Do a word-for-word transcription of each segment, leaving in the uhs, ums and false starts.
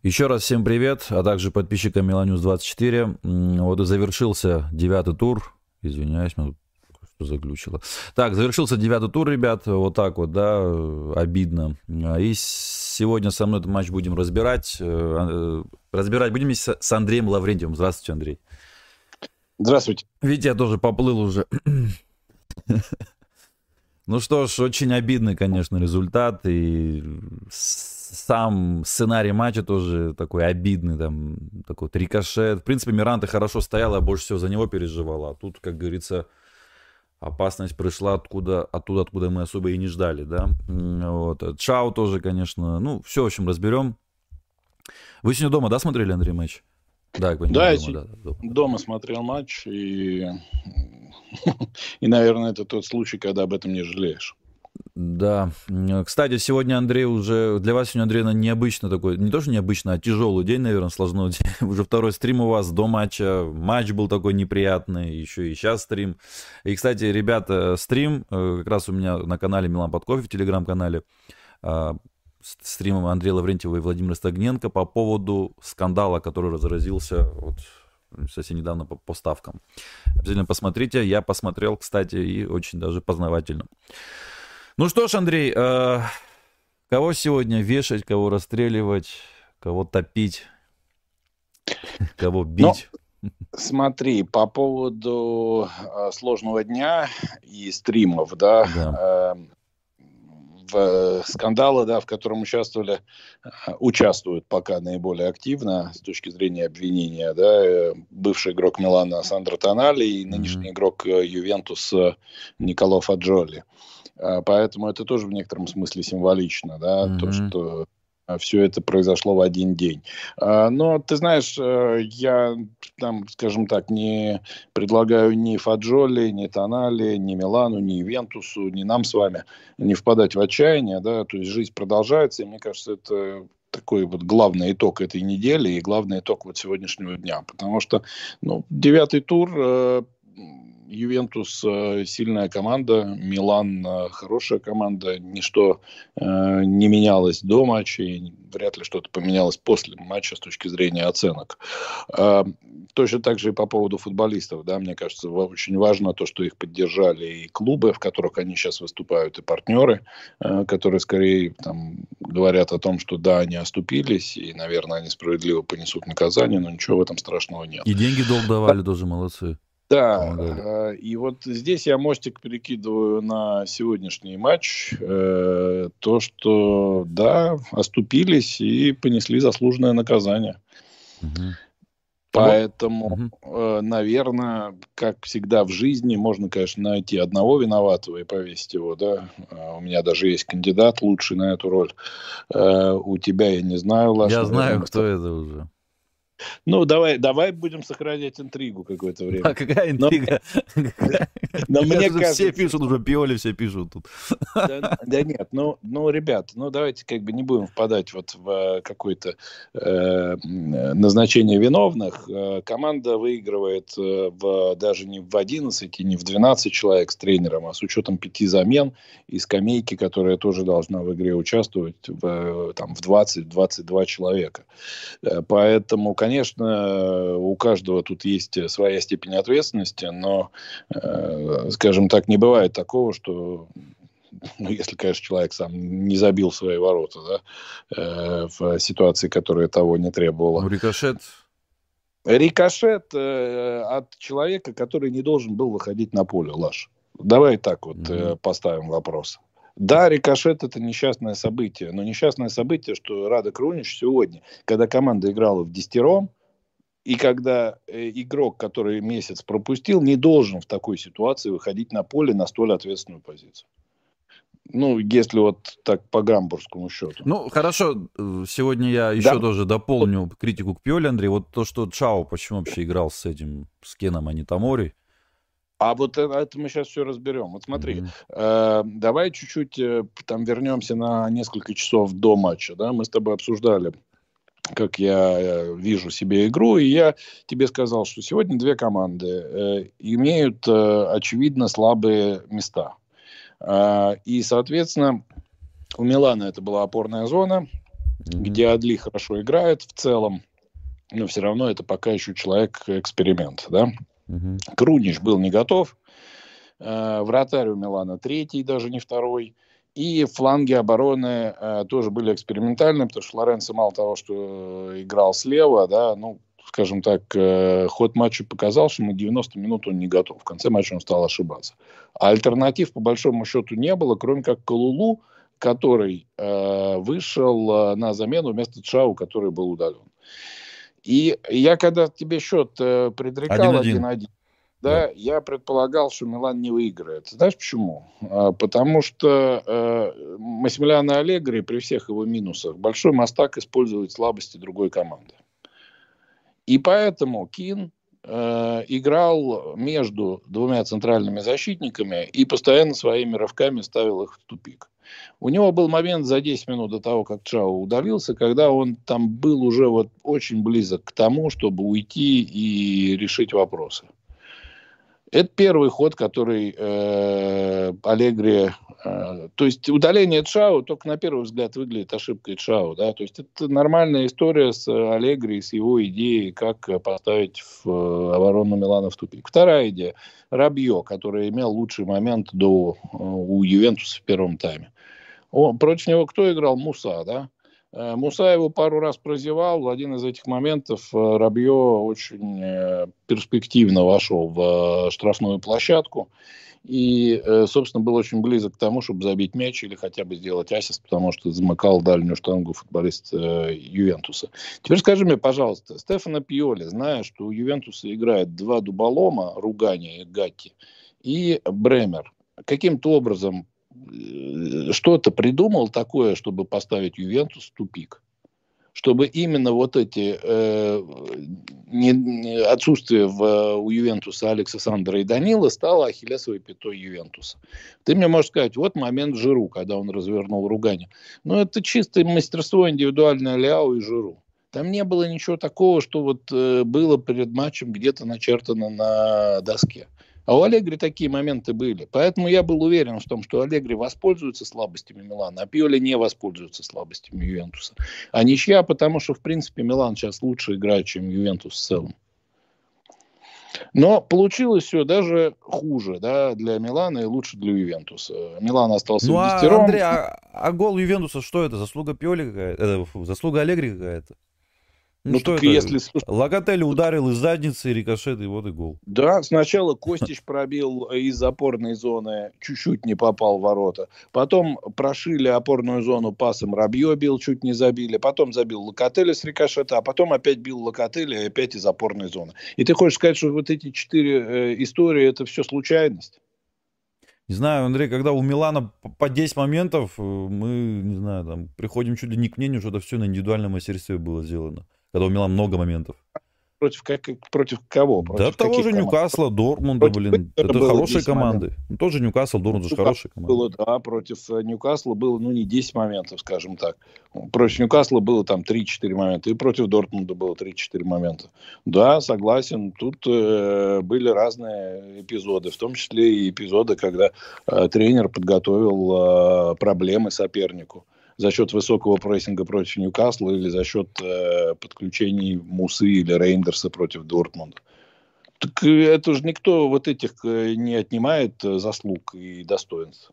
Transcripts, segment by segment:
Еще раз всем привет, а также подписчикам Меланюс двадцать четыре. Вот и завершился девятый тур. Извиняюсь, меня тут что заглючило. Так, завершился девятый тур, ребят. Вот так вот, да, обидно. И сегодня со мной этот матч будем разбирать. Разбирать будем с Андреем Лаврентьевым. Здравствуйте, Андрей. Здравствуйте. Видите, я тоже поплыл уже. Ну что ж, очень обидный, конечно, результат. И сам сценарий матча тоже такой обидный. Там такой вот рикошет. В принципе, Миранте хорошо стоял, я больше всего за него переживал. А тут, как говорится, опасность пришла откуда, оттуда, откуда мы особо и не ждали, да. Вот. Чао тоже, конечно. Ну, все, в общем, разберем. Вы сегодня дома, да, смотрели, Андрей, матч? Да, я понимаю, да, дома, да, дома. дома смотрел матч, и... и, наверное, это тот случай, когда об этом не жалеешь. Да. Кстати, сегодня, Андрей, уже... Для вас сегодня, Андрей, необычно такой... Не то, что необычно, а тяжелый день, наверное, сложной день. Уже второй стрим у вас до матча. Матч был такой неприятный, еще и сейчас стрим. И, кстати, ребята, стрим как раз у меня на канале Милан под кофе, в телеграм-канале. Стримом Андрея Лаврентьева и Владимира Стагненко по поводу скандала, который разразился вот совсем недавно по, по ставкам. Обязательно посмотрите. Я посмотрел, кстати, и очень даже познавательно. Ну что ж, Андрей, э, кого сегодня вешать, кого расстреливать, кого топить, кого бить? Ну, смотри, по поводу э, сложного дня и стримов, да, да. Э, в скандалы, да, в котором участвовали, участвуют пока наиболее активно с точки зрения обвинения, да, бывший игрок Милана Сандро Тонали и нынешний mm-hmm. игрок Ювентус Николо Фаджоли. Поэтому это тоже в некотором смысле символично, да, mm-hmm. то, что все это произошло в один день. Но, ты знаешь, я, там, скажем так, не предлагаю ни Фаджоли, ни Тонали, ни Милану, ни Ювентусу, ни нам с вами не впадать в отчаяние, да, то есть жизнь продолжается, и мне кажется, это такой вот главный итог этой недели и главный итог вот сегодняшнего дня, потому что, ну, девятый тур... Ювентус э, сильная команда, Милан э, хорошая команда, ничто э, не менялось до матча, и вряд ли что-то поменялось после матча с точки зрения оценок. Э, точно так же и по поводу футболистов, да, мне кажется, очень важно то, что их поддержали и клубы, в которых они сейчас выступают, и партнеры, э, которые скорее там говорят о том, что да, они оступились, и, наверное, они справедливо понесут наказание, но ничего в этом страшного нет. И деньги долг давали, тоже молодцы. Да, помогали. И вот здесь я мостик перекидываю на сегодняшний матч. Э, то, что, да, оступились и понесли заслуженное наказание. Угу. Поэтому, угу. э, наверное, как всегда в жизни, можно, конечно, найти одного виноватого и повесить его, да. Э, у меня даже есть кандидат лучший на эту роль. Э, у тебя, я не знаю, Лаш. Я знаю, кто это уже. Ну, давай, давай будем сохранять интригу какое-то время. А какая интрига? Но мне кажется... Все пишут уже, Пиоли все пишут тут. Да, да нет, ну, ну, ребят, ну, давайте как бы не будем впадать вот в какое-то э, назначение виновных. Команда выигрывает в, даже не в одиннадцать и не в двенадцать человек с тренером, а с учетом пяти замен и скамейки, которая тоже должна в игре участвовать, в, там, в двадцать-двадцать два человека. Поэтому, конечно, у каждого тут есть своя степень ответственности, но, э, скажем так, не бывает такого, что, ну, если, конечно, человек сам не забил свои ворота, да, э, в ситуации, которая того не требовала. Ну, рикошет... Рикошет э, от человека, который не должен был выходить на поле, Лаш. Давай так вот mm-hmm. э, поставим вопрос. Да, рикошет – это несчастное событие. Но несчастное событие, что Радо Крунич сегодня, когда команда играла в десятером, и когда э, игрок, который месяц пропустил, не должен в такой ситуации выходить на поле на столь ответственную позицию. Ну, если вот так по гамбургскому счету. Ну, хорошо. Сегодня я еще да. тоже дополню критику к Пиоли, Андрей. Вот то, что Чао почему вообще играл с этим, с Кеном, а не Тамори. А вот это, это мы сейчас все разберем. Вот смотри, mm-hmm. э, давай чуть-чуть э, там вернемся на несколько часов до матча. Да? Мы с тобой обсуждали, как я э, вижу себе игру, и я тебе сказал, что сегодня две команды э, имеют, э, очевидно, слабые места. Э, и, соответственно, у Милана это была опорная зона, mm-hmm. где Адли хорошо играет в целом, но все равно это пока еще человек-эксперимент, да. Mm-hmm. Крунич был не готов, э, вратарь у Милана третий, даже не второй, и фланги обороны э, тоже были экспериментальные, потому что Лоренцо мало того, что играл слева, да, ну, скажем так, э, ход матча показал, что на девяносто минут он не готов. В конце матча он стал ошибаться. А альтернатив, по большому счету, не было, кроме как Калулу, который э, вышел э, на замену вместо Чау, который был удален. И я, когда тебе счет э, предрекал один-один, да, да, я предполагал, что Милан не выиграет. Знаешь почему? А, потому что э, Массимилиано Аллегри при всех его минусах большой мастак использует слабости другой команды. И поэтому Кин э, играл между двумя центральными защитниками и постоянно своими рывками ставил их в тупик. У него был момент за десять минут до того, как Чао удалился, когда он там был уже вот очень близок к тому, чтобы уйти и решить вопросы. Это первый ход, который э, Аллегри... Э, то есть удаление Чао только на первый взгляд выглядит ошибкой Чао. Да? То есть это нормальная история с Аллегри, с его идеей, как поставить в, э, оборону Милана в тупик. Вторая идея. Рабье, который имел лучший момент до, э, у Ювентуса в первом тайме. О, против него кто играл? Муса, да? Муса его пару раз прозевал. В один из этих моментов Рабье очень перспективно вошел в штрафную площадку. И, собственно, был очень близок к тому, чтобы забить мяч или хотя бы сделать ассист, потому что замыкал дальнюю штангу футболист Ювентуса. Теперь скажи мне, пожалуйста, Стефано Пиоли, зная, что у Ювентуса играет два дуболома, Ругани и Гатти, и Бремер, каким-то образом что-то придумал такое, чтобы поставить Ювентус в тупик? Чтобы именно вот эти э, не, отсутствие в, у Ювентуса Алекса Сандера и Данила стало ахиллесовой пятой Ювентуса. Ты мне можешь сказать, вот момент Жиру, когда он развернул Ругани. Но это чистое мастерство индивидуальное Ляо и Жиру. Там не было ничего такого, что вот э, было перед матчем где-то начертано на доске. А у Аллегри такие моменты были. Поэтому я был уверен в том, что Аллегри воспользуется слабостями Милана, а Пиоли не воспользуется слабостями Ювентуса. А ничья, потому что, в принципе, Милан сейчас лучше играет, чем Ювентус в целом. Но получилось все даже хуже, да, для Милана и лучше для Ювентуса. Милан остался ну, в десятером. А, Андрей, а, а гол Ювентуса что это? Заслуга Пиоли какая-то? Это, фу, заслуга Аллегри какая-то? Ну, ну что это? Если... Локотелли ударил из задницы, рикошет, и вот и гол. Да, сначала Костич пробил из опорной зоны, чуть-чуть не попал в ворота. Потом прошили опорную зону пасом, Рабье бил, чуть не забили. Потом забил Локотелли с рикошета, а потом опять бил Локотелли и опять из опорной зоны. И ты хочешь сказать, что вот эти четыре э, истории, это все случайность? Не знаю, Андрей, когда у Милана по десять моментов, мы, не знаю, там, приходим чуть ли не к мнению, что это все на индивидуальном мастерстве было сделано. Когда у Милана много моментов. Против, как, против кого? Против да того же команд? Ньюкасла, Дортмунда, против блин. Это хорошие команды. Ну, тоже Ньюкасл, Дортмунд же хорошие команды. Было, да, против Ньюкасла было, ну, не десять моментов, скажем так. Против Ньюкасла было там три-четыре момента. И против Дортмунда было три-четыре момента. Да, согласен. Тут э, были разные эпизоды. В том числе и эпизоды, когда э, тренер подготовил э, проблемы сопернику. За счет высокого прессинга против Ньюкасла или за счет э, подключений Мусы или Рейндерса против Дортмунда. Так это же никто вот этих не отнимает заслуг и достоинств.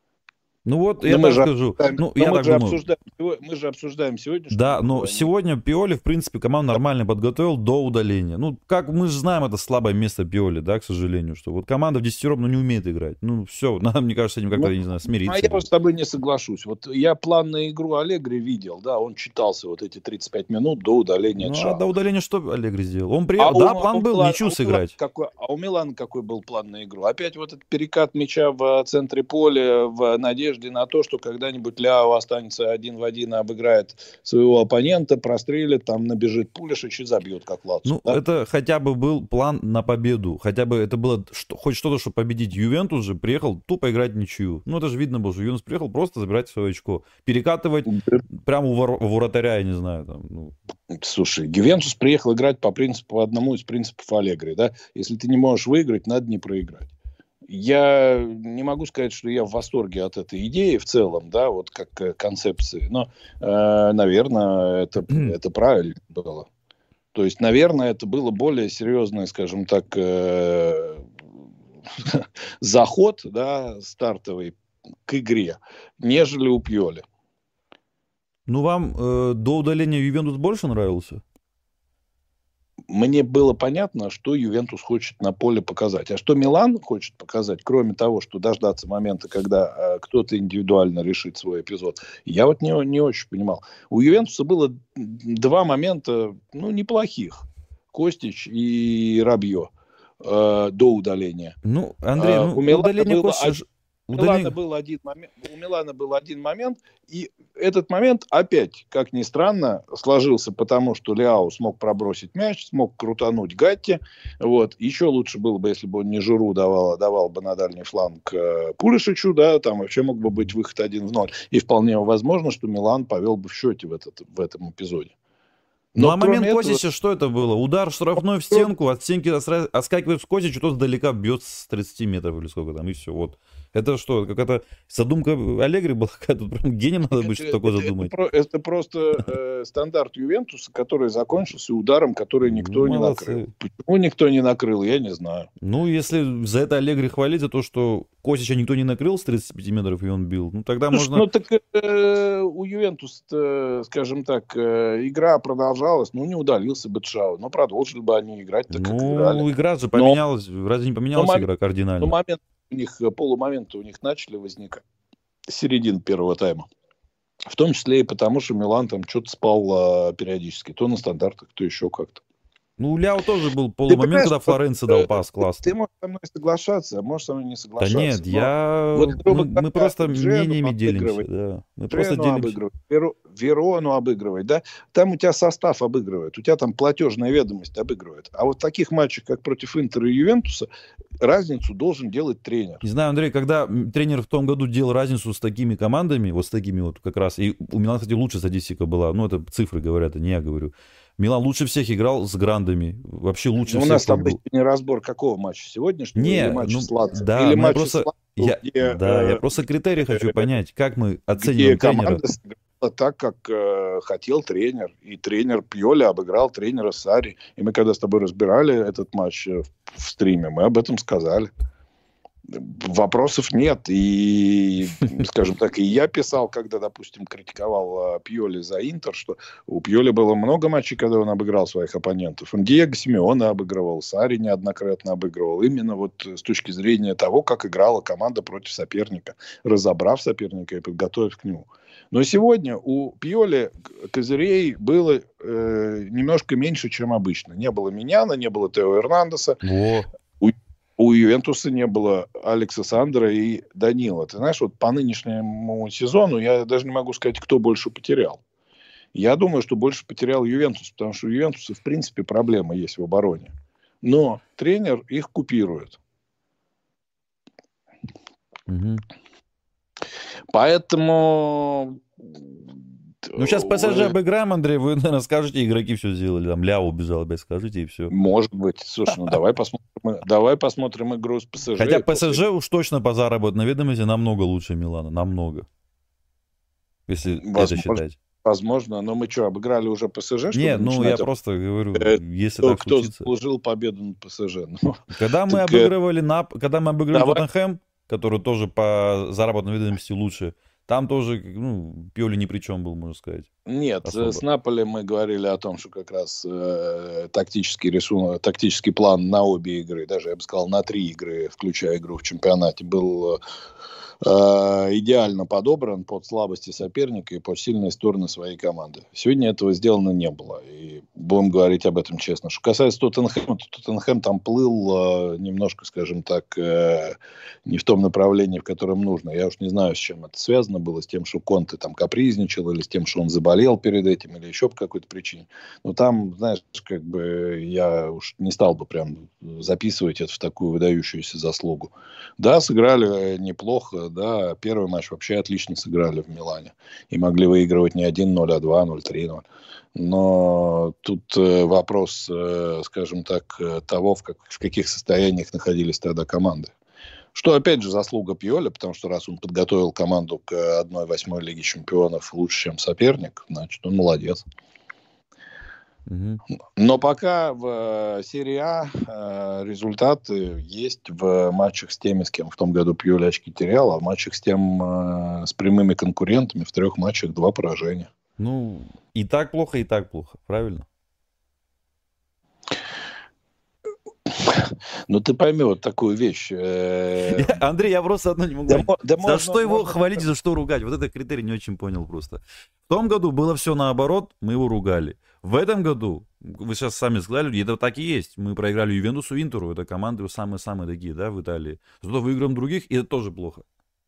Ну вот, но я так скажу. Ну, я мы, так же думаю. Обсуждаем, мы же обсуждаем сегодня. Да, но они... сегодня Пиоли, в принципе, команду нормально подготовил до удаления. Ну, как мы же знаем, это слабое место Пиоли, да, к сожалению, что вот команда в десятером, ну, не умеет играть. Ну, все, надо, мне кажется, с этим как-то, ну, не знаю, смириться. А я с тобой не соглашусь. Вот я план на игру Аллегри видел, да, он читался вот эти тридцать пять минут до удаления ну, Чао. А до удаления что Аллегри сделал? Он приехал, а да, у, план у был, Милан, ничью а сыграть. Какой, а у Милана какой был план на игру? Опять вот этот перекат мяча в центре поля в надежде на то, что когда-нибудь Ляо останется один в один и обыграет своего оппонента, прострелит, там набежит Пулишич и забьет, как Лацо. Ну, да? Это хотя бы был план на победу. Хотя бы это было что, хоть что-то, чтобы победить. Ювентус же приехал тупо играть ничью. Ну, это же видно было, что Ювентус приехал просто забирать свое очко. Перекатывать да. прямо у, вор- у вратаря, я не знаю. Там, ну. Слушай, Ювентус приехал играть по принципу, по одному из принципов Аллегри, да? Если ты не можешь выиграть, надо не проиграть. Я не могу сказать, что я в восторге от этой идеи в целом, да, вот как концепции, но, э, наверное, это, это правильно было. То есть, наверное, это было более серьезное, скажем так, э, заход, да, стартовый к игре, нежели у Пьоли. Ну, вам э, до удаления Ювентус больше нравился? Мне было понятно, что Ювентус хочет на поле показать. А что Милан хочет показать, кроме того, что дождаться момента, когда э, кто-то индивидуально решит свой эпизод, я вот не, не очень понимал. У Ювентуса было два момента, ну, неплохих. Костич и Рабье э, до удаления. Ну, Андрей, э, ну, у Милана удаление было... Костича... У Милана, был один момент, у Милана был один момент, и этот момент опять, как ни странно, сложился потому, что Леау смог пробросить мяч, смог крутануть Гатти. Вот. Еще лучше было бы, если бы он не Жиру давал, давал бы на дальний фланг э, Пулишичу, да, там вообще мог бы быть выход один в ноль. И вполне возможно, что Милан повел бы в счете в, этот, в этом эпизоде. Но ну, а момент этого... Косича, что это было? Удар штрафной в стенку, от стенки отскакивает Косич, и тот сдалека бьет с тридцати метров или сколько там, и все. Вот. Это что, какая-то задумка Аллегри была? Какая-то прям гением надо быть, чтобы такое задумать. Это, это просто э, стандарт Ювентуса, который закончился ударом, который никто ну, не накрыл. Почему никто не накрыл, я не знаю. Ну, если за это Аллегри хвалить, за то, что Косича никто не накрыл с тридцати пяти метров, и он бил, ну тогда Слушай, можно... Ну, так э, у Ювентуса, скажем так, э, игра продолжалась, ну, не удалился бы Тшау, но продолжили бы они играть так, ну, как играли. Ну, игра же поменялась, но... разве не поменялась но игра кардинально? Ну, момент у них, полумоменты у них начали возникать с середины первого тайма. В том числе и потому, что Милан там что-то спал а, периодически. То на стандартах, то еще как-то. Ну, у Ляо тоже был полумомент, когда Флоренци дал пас классно. Ты можешь со мной соглашаться, а можешь со мной не соглашаться. Да нет, я... Вот, мы, мы просто мнениями делимся. Да. Мы просто делимся. Обыгрывать, Веро... Верону обыгрывать, да? Там у тебя состав обыгрывает, у тебя там платежная ведомость обыгрывает. А вот в таких матчах, как против Интера и Ювентуса, разницу должен делать тренер. Не знаю, Андрей, когда тренер в том году делал разницу с такими командами, вот с такими вот как раз, и у Милана, кстати, лучшая статистика была, ну, это цифры говорят, а не я говорю. Милан лучше всех играл с грандами. Вообще лучше ну, всех. У нас там не разбор какого матча сегодняшнего не, или матча ну, с Лацио. Да, или матча просто, с Лацио, я, где, да, э, я просто критерий э, хочу понять, как мы где оцениваем тренера. Команда сыграла так, как э, хотел тренер. И тренер Пьоли обыграл тренера Сарри. И мы когда с тобой разбирали этот матч в, в стриме, мы об этом сказали. Вопросов нет. И, скажем так, и я писал, когда, допустим, критиковал Пьоли за Интер, что у Пьоли было много матчей, когда он обыграл своих оппонентов. Он Диего Симеоне обыгрывал, Сарри неоднократно обыгрывал. Именно вот с точки зрения того, как играла команда против соперника, разобрав соперника и подготовив к нему. Но сегодня у Пьоли козырей было э, немножко меньше, чем обычно. Не было Миньяна, не было Тео Эрнандеса. Во. У Ювентуса не было Алекса Сандера и Данила. Ты знаешь, вот по нынешнему сезону я даже не могу сказать, кто больше потерял. Я думаю, что больше потерял Ювентус, потому что у Ювентуса, в принципе, проблемы есть в обороне. Но тренер их купирует. Угу. Поэтому... Ну, сейчас ПСЖ обыграем, Андрей, вы, наверное, скажете, игроки все сделали. Там Ляо убежал, опять скажите, и все. Может быть. Слушай, ну давай посмотрим, давай посмотрим игру с ПСЖ. Хотя ПСЖ уж точно по заработной ведомости намного лучше Милана. Намного. Если это считать. Возможно, но мы что, обыграли уже ПСЖ? Нет, ну я просто говорю, если так случится. Кто заслужил победу над ПСЖ? Когда мы обыгрывали Нап, когда мы обыграли Тоттенхэм, который тоже по заработной ведомости лучше, там тоже, ну, Пьоли ни при чем был, можно сказать. Нет, особо. С Наполи мы говорили о том, что как раз э, тактический рисунок, тактический план на обе игры, даже я бы сказал на три игры, включая игру в чемпионате, был э, идеально подобран под слабости соперника и под сильные стороны своей команды. Сегодня этого сделано не было, и будем говорить об этом честно. Что касается Тоттенхэма, то Тоттенхэм там плыл э, немножко, скажем так, э, не в том направлении, в котором нужно. Я уж не знаю, с чем это связано было, с тем, что Конте там капризничал, или с тем, что он заболел перед этим, или еще по какой-то причине. Но там, знаешь, как бы я уж не стал бы прям записывать это в такую выдающуюся заслугу. Да, сыграли неплохо, да, первый матч вообще отлично сыграли в Милане. И могли выигрывать не один ноль, а два ноль, три ноль. Но тут э, вопрос, э, скажем так, того, в, как, в каких состояниях находились тогда команды. Что, опять же, заслуга Пьоли, потому что раз он подготовил команду к одной восьмой Лиге Чемпионов лучше, чем соперник, значит, он молодец. Угу. Но пока в серии А результаты есть в матчах с теми, с кем в том году Пьоли очки терял, а в матчах с тем, с прямыми конкурентами в трех матчах два поражения. Ну, и так плохо, и так плохо, правильно? Ну, ты пойми вот такую вещь. Андрей, я просто одно не могу да, да, за можно, что его можно... хвалить, за что ругать? Вот этот критерий не очень понял просто. В том году было все наоборот, мы его ругали. В этом году, вы сейчас сами сказали, это так и есть. Мы проиграли Ювентусу, Интеру, это команды самые-самые такие, да, в Италии. Зато выиграем других, и это тоже плохо.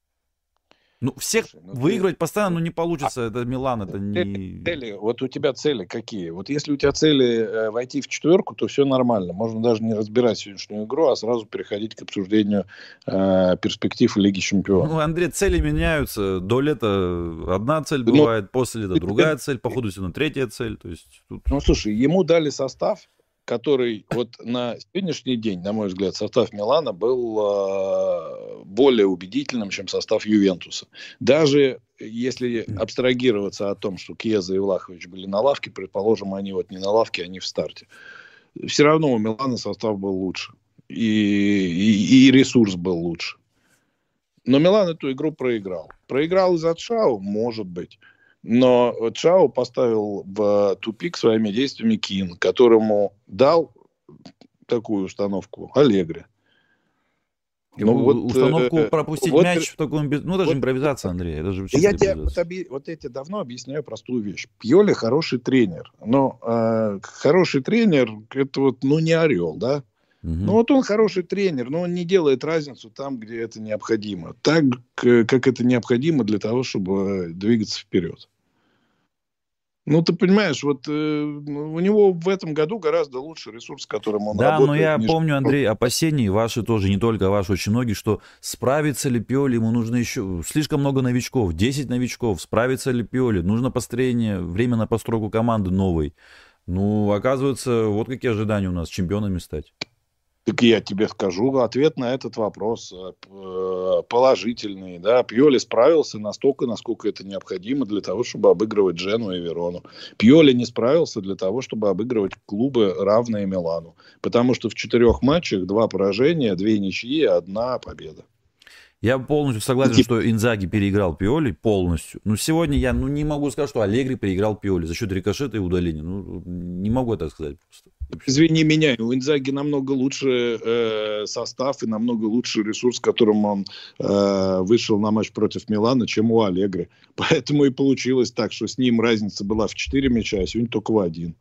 Ну, всех Слушай, ну выигрывать ты... постоянно, ну, не получится. А, это Милан, это не... Цели, вот у тебя цели какие? Вот если у тебя цели э, войти в четверку, то все нормально. Можно даже не разбирать сегодняшнюю игру, а сразу переходить к обсуждению э, перспектив Лиги Чемпионов. Ну, Андрей, цели меняются. До лета одна цель бывает, ну, после лета другая цель, по ходу сезона третья цель. То есть, тут... Ну, слушай, ему дали состав, который вот на сегодняшний день, на мой взгляд, состав Милана был э, более убедительным, чем состав Ювентуса. Даже если абстрагироваться от том, что Кьеза и Влахович были на лавке, предположим, они вот не на лавке, они в старте. Все равно у Милана состав был лучше. И, и, и ресурс был лучше. Но Милан эту игру проиграл. Проиграл из-за Чао? Может быть. Но Чао поставил в тупик своими действиями Кин, которому дал такую установку Аллегри. Ну, вот, установку э, пропустить вот, мяч в таком... Ну, это же вот, импровизация, Андрей. Это же я тебе вот, оби... вот я тебе давно объясняю простую вещь. Пьоли хороший тренер. Но э, хороший тренер, это вот, ну, не орел, да? Угу. Ну, вот он хороший тренер, но он не делает разницу там, где это необходимо. Так, как это необходимо для того, чтобы двигаться вперед. Ну, ты понимаешь, вот э, у него в этом году гораздо лучше ресурс, которым он да, работает. Да, но я ниже... помню, Андрей, опасений ваши тоже, не только ваши, очень многие, что справится ли Пьоли, ему нужно еще слишком много новичков, десять новичков, справится ли Пьоли, нужно построение, время на постройку команды новой. Ну, оказывается, вот какие ожидания у нас, чемпионами стать. Так я тебе скажу ответ на этот вопрос положительный. Да? Пьоли справился настолько, насколько это необходимо для того, чтобы обыгрывать Джену и Верону. Пьоли не справился для того, чтобы обыгрывать клубы, равные Милану. Потому что в четырех матчах два поражения, две ничьи, одна победа. Я полностью согласен, Тип... что Инзаги переиграл Пьоли полностью. Но сегодня я ну, не могу сказать, что Аллегри переиграл Пьоли за счет рикошета и удаления. Ну, не могу это сказать просто. Извини меня, у Инзаги намного лучше э, состав и намного лучше ресурс, которым он э, вышел на матч против Милана, чем у Аллегри. Поэтому и получилось так, что с ним разница была в четыре мяча, а сегодня только в один.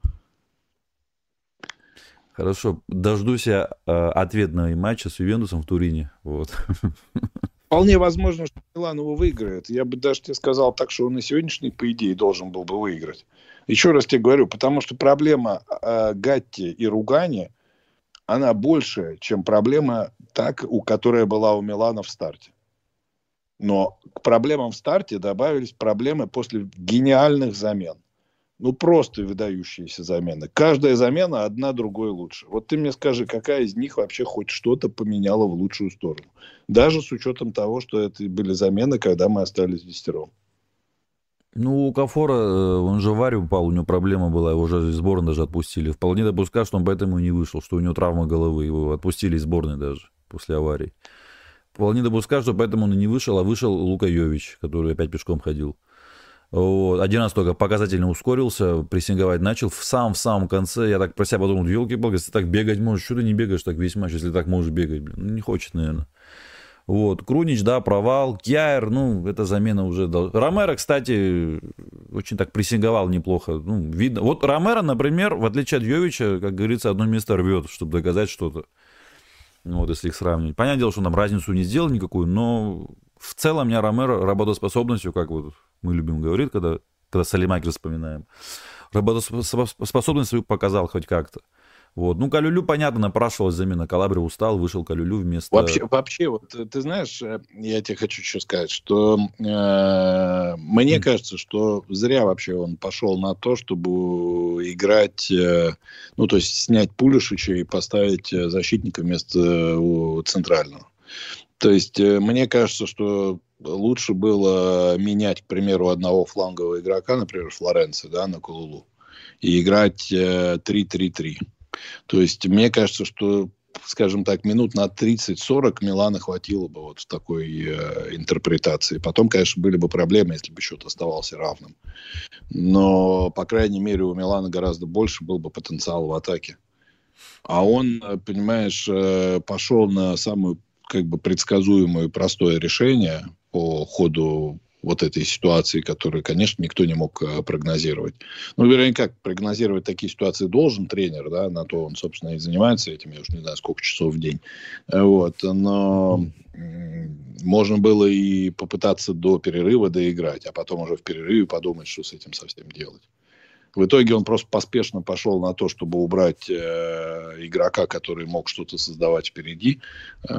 Хорошо, дождусь я э, ответного матча с Ювентусом в Турине. Вот. Вполне возможно, что Милан его выиграет. Я бы даже тебе сказал так, что он и сегодняшний, по идее, должен был бы выиграть. Еще раз тебе говорю, потому что проблема э, Гатти и Ругани, она больше, чем проблема, так, у которой была у Милана в старте. Но к проблемам в старте добавились проблемы после гениальных замен. Ну, просто выдающиеся замены. Каждая замена одна другой лучше. Вот ты мне скажи, какая из них вообще хоть что-то поменяла в лучшую сторону? Даже с учетом того, что это были замены, когда мы остались десятером. Ну, у Кафора, он же в аварию упал, у него проблема была, его уже из сборной даже отпустили. Вполне допускаю, что он поэтому и не вышел, что у него травма головы, его отпустили из сборной даже после аварии. Вполне допускаю, что поэтому он и не вышел, а вышел Лука Йович, который опять пешком ходил. Вот. Один раз только показательно ускорился, прессинговать начал. В самом-самом конце я так про себя подумал, елки-палки, если ты так бегать можешь, что ты не бегаешь так весь матч, если так можешь бегать, блин, ну, не хочет, наверное. Вот, Крунич, да, провал. Кьяер, ну, это замена уже... Дол... Ромеро, кстати, очень так прессинговал неплохо. Ну, видно. Вот Ромеро, например, в отличие от Йовича, как говорится, одно место рвет, чтобы доказать что-то. Ну, вот, если их сравнивать. Понятное дело, что он там разницу не сделал никакую, но в целом меня Ромеро работоспособностью, как вот мы любим говорить, когда, когда Салимакер вспоминаем, работоспособность показал хоть как-то. Вот. Ну, Калюлю, понятно, напрашивалась замена. Калабри устал, вышел Калюлю вместо... Вообще, вообще, вот ты знаешь, я тебе хочу еще сказать, что э, мне mm. кажется, что зря вообще он пошел на то, чтобы играть, э, ну, то есть снять Пулишича и поставить защитника вместо э, центрального. То есть, мне кажется, что лучше было менять, к примеру, одного флангового игрока, например, Флоренци, да, на Кулулу, и играть три-три-три. То есть, мне кажется, что, скажем так, минут на тридцать-сорок Милана хватило бы вот такой э, интерпретации. Потом, конечно, были бы проблемы, если бы счет оставался равным. Но, по крайней мере, у Милана гораздо больше был бы потенциал в атаке. А он, понимаешь, пошел на самую как бы предсказуемое и простое решение по ходу вот этой ситуации, которую, конечно, никто не мог прогнозировать. Ну, вернее, как прогнозировать такие ситуации должен тренер, да, на то он, собственно, и занимается этим, я уж не знаю, сколько часов в день. Вот, но можно было и попытаться до перерыва доиграть, а потом уже в перерыве подумать, что с этим совсем делать. В итоге он просто поспешно пошел на то, чтобы убрать э, игрока, который мог что-то создавать впереди, э,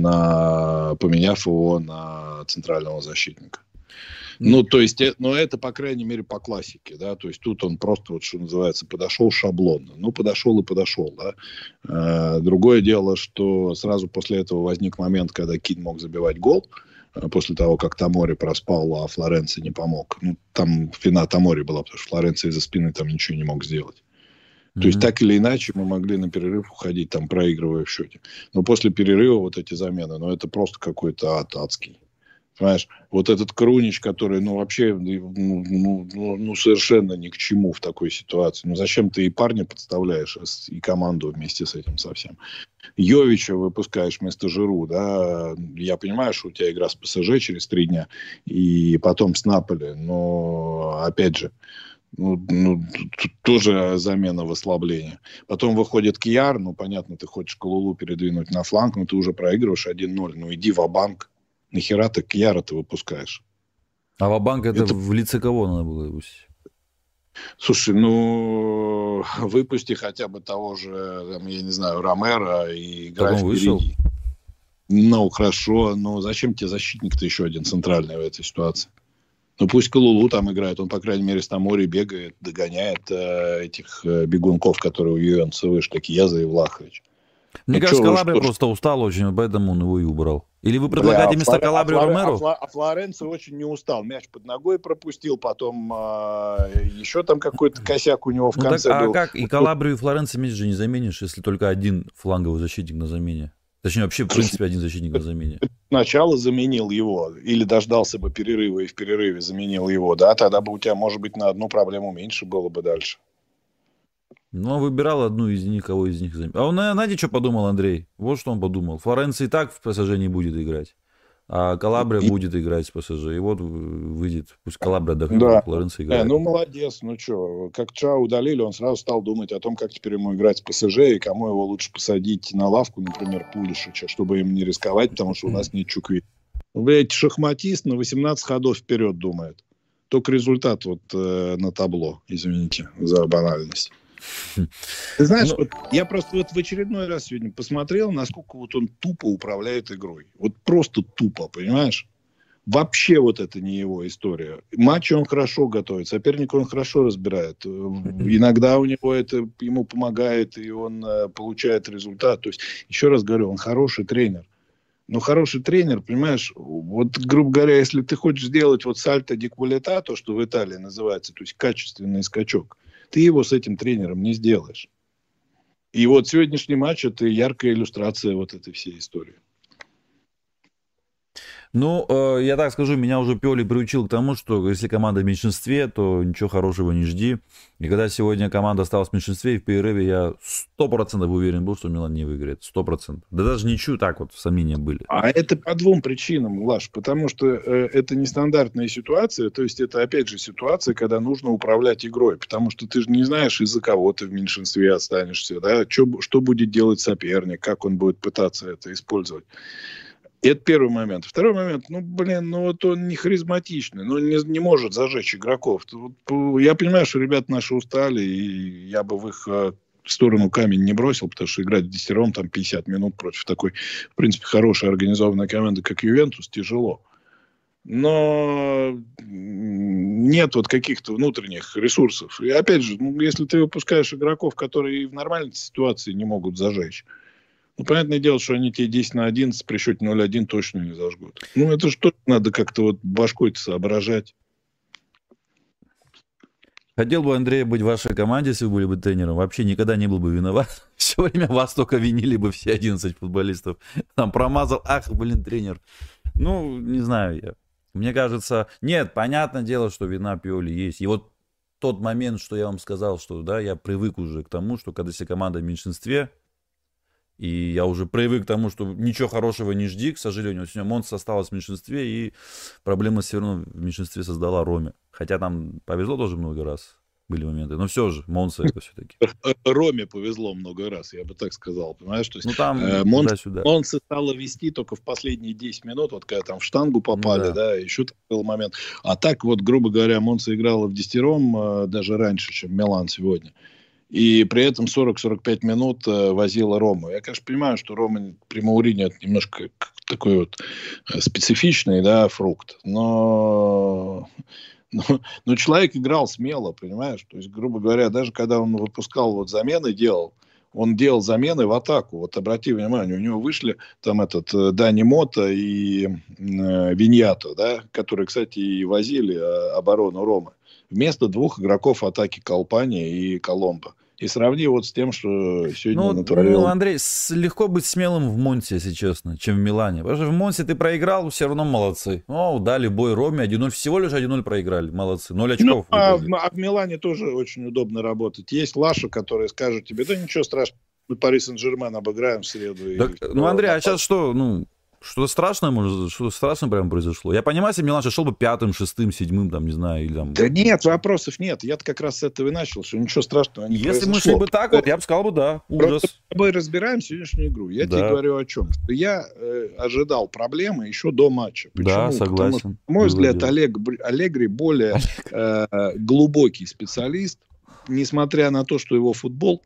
на, поменяв его на центрального защитника. Ну, то есть, ну, это, по крайней мере, по классике, да, то есть, тут он просто, вот, что называется, подошел шаблонно. Ну, подошел и подошел, да. Э, другое дело, что сразу после этого возник момент, когда Кин мог забивать гол, после того, как Томори проспал, а Флоренци не помог. Ну, там вина Томори была, потому что Флоренци из-за спины там ничего не мог сделать. Mm-hmm. То есть, так или иначе, мы могли на перерыв уходить, там, проигрывая в счете. Но после перерыва вот эти замены, ну, это просто какой-то ад адский. Понимаешь, вот этот Крунич, который, ну, вообще, ну, ну, ну, совершенно ни к чему в такой ситуации. Ну, зачем ты и парня подставляешь, и команду вместе с этим совсем. Йовича выпускаешь вместо Жиру, да. Я понимаю, что у тебя игра с ПСЖ через три дня, и потом с Наполи, но, опять же, ну, ну, тут тоже замена в ослабление. Потом выходит Кьяр, ну, понятно, ты хочешь Кулулу передвинуть на фланг, но ты уже проигрываешь один ноль, ну, иди ва-банк. Нахера ты Кьяра ты выпускаешь? А ва-банк это, это в лице кого надо было выпустить? Слушай, ну выпусти хотя бы того же, там, я не знаю, Ромеро и играй впереди. Вышел? Ну, хорошо, но зачем тебе защитник-то еще один центральный в этой ситуации? Ну, пусть Кулулу там играет, он, по крайней мере, с Томори бегает, догоняет э, этих э, бегунков, которые у Ювентуса вышли, Кьяза и Влахович. Мне ну, кажется, Калабрия что, просто устал очень, поэтому он его и убрал. Или вы предлагаете Бля, вместо Флор... Калабрию а Ромеро? А, Флор... а Флоренци очень не устал. Мяч под ногой пропустил, потом э, еще там какой-то косяк у него в ну, конце так, был. А как? И Калабрию, и Флоренци мяч же не заменишь, если только один фланговый защитник на замене. Точнее, вообще, в принципе, один защитник на замене. Сначала заменил его, или дождался бы перерыва и в перерыве заменил его, да, тогда бы у тебя, может быть, на одну проблему меньше было бы дальше. Ну, он выбирал одну из них, кого из них заменил. А он, знаете, что подумал Андрей? Вот что он подумал. Флоренци и так в ПСЖ не будет играть, а Калабрия и... будет играть с ПСЖ. И вот выйдет, пусть Калабрия отдохнет, да. Флоренци играет. Да, ну, молодец, ну что, как Чао удалили, он сразу стал думать о том, как теперь ему играть с ПСЖ, и кому его лучше посадить на лавку, например, Пулишича, чтобы им не рисковать, потому что у нас нет Чукви. Блядь, шахматист на восемнадцать ходов вперед думает. Только результат вот э, на табло, извините за банальность. Ты знаешь, ну, вот я просто вот в очередной раз сегодня посмотрел, насколько вот он тупо управляет игрой. Вот просто тупо, понимаешь? Вообще вот это не его история. Матчи он хорошо готовит, соперника он хорошо разбирает. Иногда у него это ему помогает, и он э, получает результат. То есть, еще раз говорю, он хороший тренер. Но хороший тренер, понимаешь, вот, грубо говоря, если ты хочешь сделать вот сальто ди квалита, то, что в Италии называется, то есть качественный скачок, ты его с этим тренером не сделаешь. И вот сегодняшний матч – это яркая иллюстрация вот этой всей истории. Ну, э, я так скажу, меня уже Пиоли приучил к тому, что если команда в меньшинстве, то ничего хорошего не жди. И когда сегодня команда осталась в меньшинстве, и в перерыве я сто процентов уверен был, что Милан не выиграет. Сто процентов. Да даже ничью так вот сомнения были. А это по двум причинам, Лаш. Потому что э, это нестандартная ситуация. То есть это, опять же, ситуация, когда нужно управлять игрой. Потому что ты же не знаешь, из-за кого ты в меньшинстве останешься. Да? Что, что будет делать соперник, как он будет пытаться это использовать. Это первый момент. Второй момент, ну, блин, ну, вот он не харизматичный, ну, не, не может зажечь игроков. Я понимаю, что ребята наши устали, и я бы в их в сторону камень не бросил, потому что играть в десятером там пятьдесят минут против такой, в принципе, хорошей организованной команды, как Ювентус, тяжело. Но нет вот каких-то внутренних ресурсов. И опять же, ну, если ты выпускаешь игроков, которые в нормальной ситуации не могут зажечь, Ну, понятное дело, что они тебе десять на одиннадцать при счете ноль один точно не зажгут. Ну, это же тоже надо как-то вот башкой-то соображать. Хотел бы, Андрей, быть в вашей команде, если вы были бы тренером. Вообще никогда не был бы виноват. Все время вас только винили бы все одиннадцать футболистов. Там промазал, ах, блин, тренер. Ну, не знаю я. Мне кажется, нет, понятное дело, что вина Пиоли есть. И вот тот момент, что я вам сказал, что да, я привык уже к тому, что когда вся команда в меньшинстве, и я уже привык к тому, что ничего хорошего не жди, к сожалению. Сегодня Монца осталась в меньшинстве, и проблема все равно в меньшинстве создала Роме. Хотя там повезло тоже много раз, были моменты. Но все же, Монца это все-таки. Роме повезло много раз, я бы так сказал. Понимаешь? То есть, ну там э, Монца, Монца стало вести только в последние десять минут, вот когда там в штангу попали, ну, да. да, еще такой был момент. А так вот, грубо говоря, Монца играла в десятером э, даже раньше, чем Милан сегодня. И при этом сорок-сорок пять минут э, возила Рому. Я, конечно, понимаю, что Рома при Мауриньо это немножко такой вот специфичный, да, фрукт. Но, но, но человек играл смело, понимаешь? То есть, грубо говоря, даже когда он выпускал вот замены, делал, он делал замены в атаку. Вот обрати внимание, у него вышли там этот э, Дани Мота и э, Виньято, да, которые, кстати, и возили э, оборону Ромы. Вместо двух игроков атаки Колпани и Коломбо. И сравни вот с тем, что сегодня ну, натворил. Ну, Андрей, легко быть смелым в Монте, если честно, чем в Милане. Потому что в Монте ты проиграл, все равно молодцы. О, дали бой Роме, один ноль, всего лишь один ноль проиграли, молодцы. ноль очков. Ну, а, в, а в Милане тоже очень удобно работать. Есть Лаша, который скажет тебе, да ничего страшного, мы Пари Сен-Жермен обыграем в среду. Так, и, ну, Андрей, а сейчас что, ну... Что-то страшное, может, что-то страшное прямо произошло. Я понимаю, если Милан шел бы пятым, шестым, седьмым, там, не знаю, или там... Да нет, вопросов нет. Я-то как раз с этого и начал, что ничего страшного не Если произошло. мы шли бы так, вот, я бы сказал бы, да, ужас. Просто мы с тобой разбираем сегодняшнюю игру. Я да. тебе говорю о чем. Я э, ожидал проблемы еще до матча. Почему? Да, согласен. Потому что, на мой взгляд, Олег, Аллегри более э, глубокий специалист, несмотря на то, что его футбол,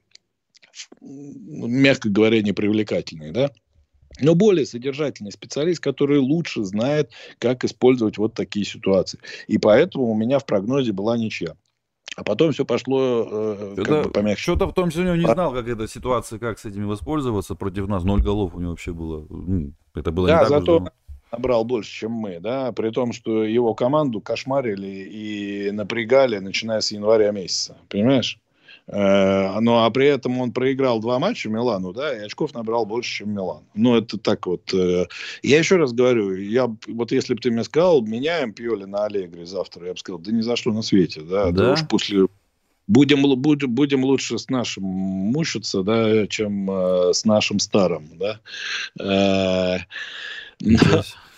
мягко говоря, непривлекательный, да? Но более содержательный специалист, который лучше знает, как использовать вот такие ситуации. И поэтому у меня в прогнозе была ничья. А потом все пошло э, как бы помягче. Что-то в том числе он не знал, как эта ситуация, как с этими воспользоваться против нас. Ноль голов у него вообще было. Это было да, не так зато уж набрал больше, чем мы. Да? При том, что его команду кошмарили и напрягали, начиная с января месяца. Понимаешь? Э, ну, а при этом он проиграл два матча Милану, да, и очков набрал больше, чем Милан. Ну, это так вот. Э, я еще раз говорю, я, вот если бы ты мне сказал, меняем Пиоли на Аллегри завтра, я бы сказал, да ни за что на свете, да, да? да уж после... Будем, будем, будем лучше с нашим мучиться, да, чем э, с нашим старым, да. Э, но...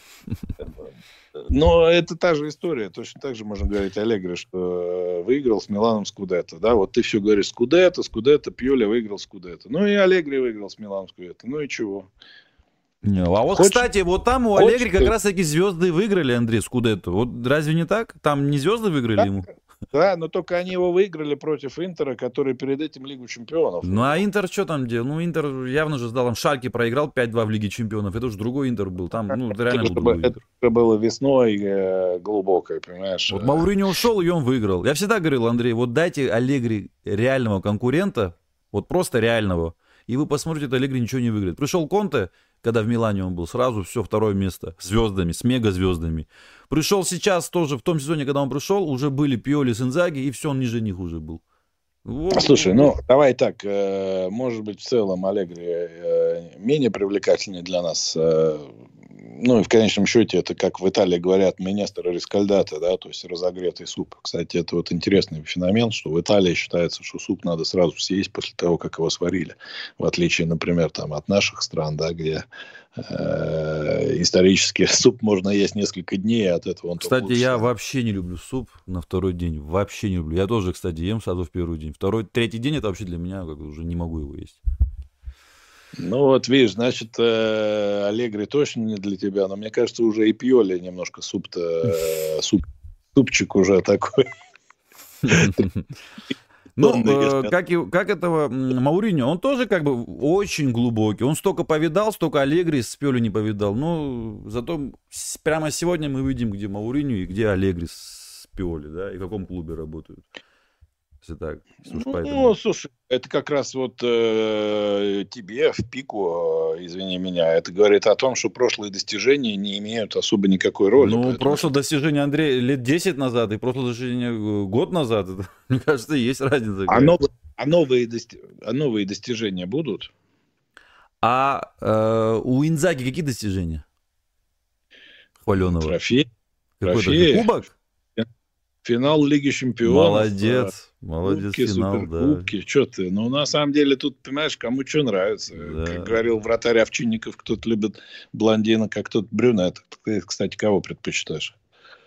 Но это та же история. Точно так же можно говорить о Аллегри, что выиграл с Миланом Скудетто. Да? Вот ты все говоришь Скудетто, Скудетто, Пьоли выиграл Скудетто. Ну и Аллегри выиграл с Миланом Скудетто. Ну и чего? Не, а вот, Хочешь? Кстати, вот там у Аллегри как раз таки звезды выиграли, Андрей, Скудетто. Вот разве не так? Там не звезды выиграли да, ему? Да, но только они его выиграли против Интера, который перед этим Лигу Чемпионов. Ну а Интер что там делал? Ну Интер явно же сдал, там Шальке проиграл пять-два в Лиге Чемпионов. Это уже другой Интер был. Там, ну, это реально это, был другой это, это было весной э, глубокой, понимаешь? Вот Мауриньо ушел, и он выиграл. Я всегда говорил, Андрей, вот дайте Аллегри реального конкурента, вот просто реального, и вы посмотрите, Аллегри ничего не выиграет. Пришел Конте, когда в Милане он был, сразу все, второе место, звездами, с мегазвездами. Пришел сейчас тоже, в том сезоне, когда он пришел, уже были Пиоли с Инзаги, и все, он ниже них уже был. Вот. Слушай, ну, давай так, э, может быть, в целом Аллегри э, менее привлекательный для нас. Э, ну, и в конечном счете, это, как в Италии говорят, «менестро рискальдата», да, то есть разогретый суп. Кстати, это вот интересный феномен, что в Италии считается, что суп надо сразу съесть после того, как его сварили. В отличие, например, там, от наших стран, да, где э, исторически суп можно есть несколько дней, а от этого он... Кстати, я вообще не люблю суп на второй день. Вообще не люблю. Я тоже, кстати, ем сразу в первый день. Второй, третий день это вообще для меня как уже не могу его есть. Ну вот видишь, значит, э, Аллегри точно не для тебя, но мне кажется, уже и Пьоли немножко суп-то, э, суп, супчик уже такой. Ну, э, как, и, как этого Мауриньо, он тоже как бы очень глубокий. Он столько повидал, столько Аллегри с Пьоли не повидал. Но зато прямо сегодня мы видим, где Мауриньо и где Аллегри с Пьоли, да, и в каком клубе работают. Если так, ну, ну, слушай, это как раз вот э, тебе в пику, э, извини меня, это говорит о том, что прошлые достижения не имеют особо никакой роли. Ну, прошлое что... достижение, Андрей, лет десять назад, и прошлое достижение год назад, это, мне кажется, есть разница. А, нов... а, новые дости... а новые достижения будут? А э, у Инзаги какие достижения? Хваленого. Трофей. Какой трофей? Кубок? Финал Лиги Чемпионов. Молодец, молодец, кубки, финал, суперкубки, да. Что ты? Ну, на самом деле, тут, понимаешь, кому что нравится. Да. Как говорил вратарь Овчинников, кто-то любит блондинок, а кто-то брюнет. Ты, кстати, кого предпочитаешь?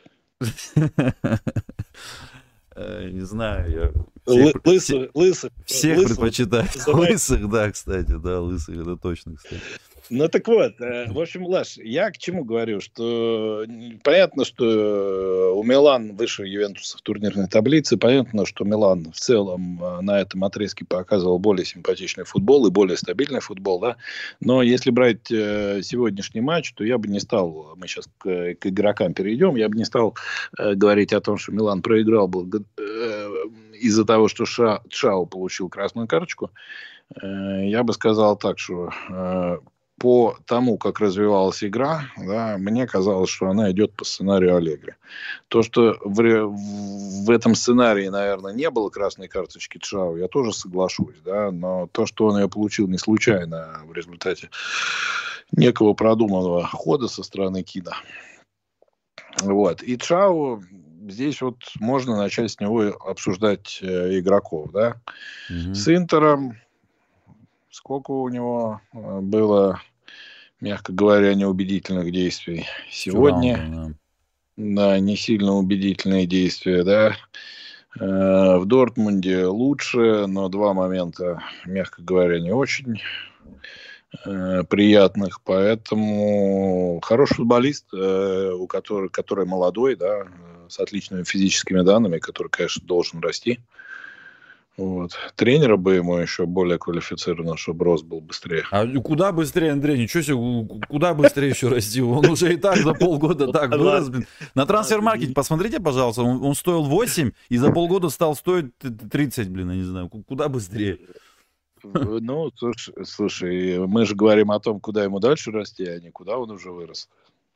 Не знаю, я... Всех, лысых, лысых, всех лысых предпочитаю. Лысых, да, кстати, да, лысых, это точно, кстати. Ну, так вот, в общем, Лаш, я к чему говорю, что понятно, что у Милан выше Ювентуса в турнирной таблице, понятно, что Милан в целом на этом отрезке показывал более симпатичный футбол и более стабильный футбол, да, но если брать сегодняшний матч, то я бы не стал, мы сейчас к, к игрокам перейдем, я бы не стал говорить о том, что Милан проиграл благо, из-за того, что Ша, Чао получил красную карточку. Я бы сказал так, что по тому, как развивалась игра, да, мне казалось, что она идет по сценарию Аллегри. То, что в, в этом сценарии, наверное, не было красной карточки Чао, я тоже соглашусь, да, но то, что он ее получил не случайно в результате некого продуманного хода со стороны Кина. Вот. И Чао, здесь вот можно начать с него обсуждать э, игроков, да. Mm-hmm. С Интером сколько у него было, мягко говоря, неубедительных действий сегодня. Раунда, да. да, не сильно убедительные действия, да. Э, в Дортмунде лучше, но два момента, мягко говоря, не очень э, приятных. Поэтому хороший футболист, э, у которого, который молодой, да, с отличными физическими данными, который, конечно, должен расти. Вот. Тренера бы ему еще более квалифицированно, чтобы рост был быстрее. А куда быстрее, Андрей? Ничего себе, куда быстрее еще расти? Он уже и так за полгода так вырос, блин. На Трансфермаркете посмотрите, пожалуйста, он, он стоил восемь и за полгода стал стоить тридцать, блин, я не знаю. Куда быстрее? Ну, слушай, слушай, мы же говорим о том, куда ему дальше расти, а не куда он уже вырос.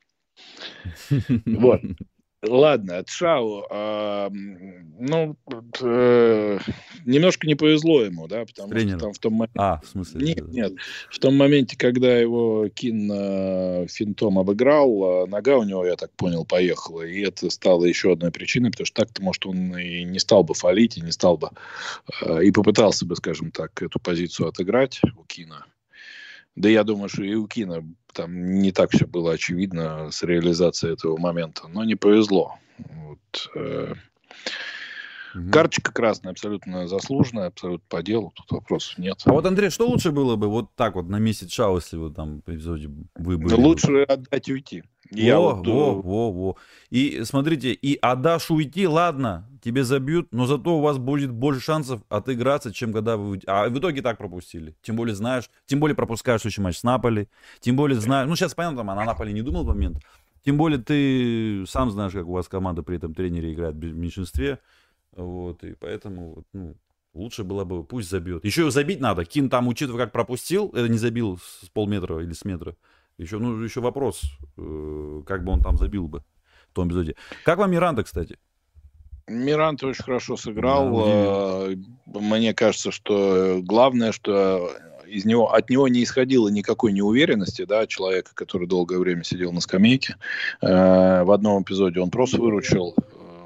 Вот. Ладно, от Чао, э, ну, э, немножко не повезло ему, да, потому Тренер. что там в том моменте... А, в смысле? Нет, нет, в том моменте, когда его Кин э, финтом обыграл, нога у него, я так понял, поехала, и это стало еще одной причиной, потому что так-то, может, он и не стал бы фалить, и не стал бы, э, и попытался бы, скажем так, эту позицию отыграть у Кина. Да я думаю, что и у Кина там не так все было очевидно с реализацией этого момента. Но не повезло. Вот, э, угу. Карточка красная абсолютно заслуженная, абсолютно по делу. Тут вопросов нет. А вот, Андрей, что лучше было бы вот так вот на месте Чао, если вы там в эпизоде вы были? Лучше отдать и уйти. Я во, вот, во, во, во. И смотрите, и отдашь уйти, ладно, тебе забьют, но зато у вас будет больше шансов отыграться, чем когда вы... А в итоге так пропустили. Тем более знаешь, тем более пропускаешь следующий матч с Наполи, тем более знаешь... Ну, сейчас, понятно, там, а на Наполи не думал в момент. Тем более ты сам знаешь, как у вас команда при этом тренере играет в меньшинстве. Вот, и поэтому, вот, ну, лучше было бы, пусть забьет. Еще забить надо. Кин там, учитывая, как пропустил, это не забил с полметра или с метра. Еще, ну, еще вопрос, как бы он там забил бы в том эпизоде. Как вам Миранта, кстати? Миранта очень хорошо сыграл. Да, мне кажется, что главное, что из него, от него не исходило никакой неуверенности, да, человека, который долгое время сидел на скамейке. В одном эпизоде он просто выручил.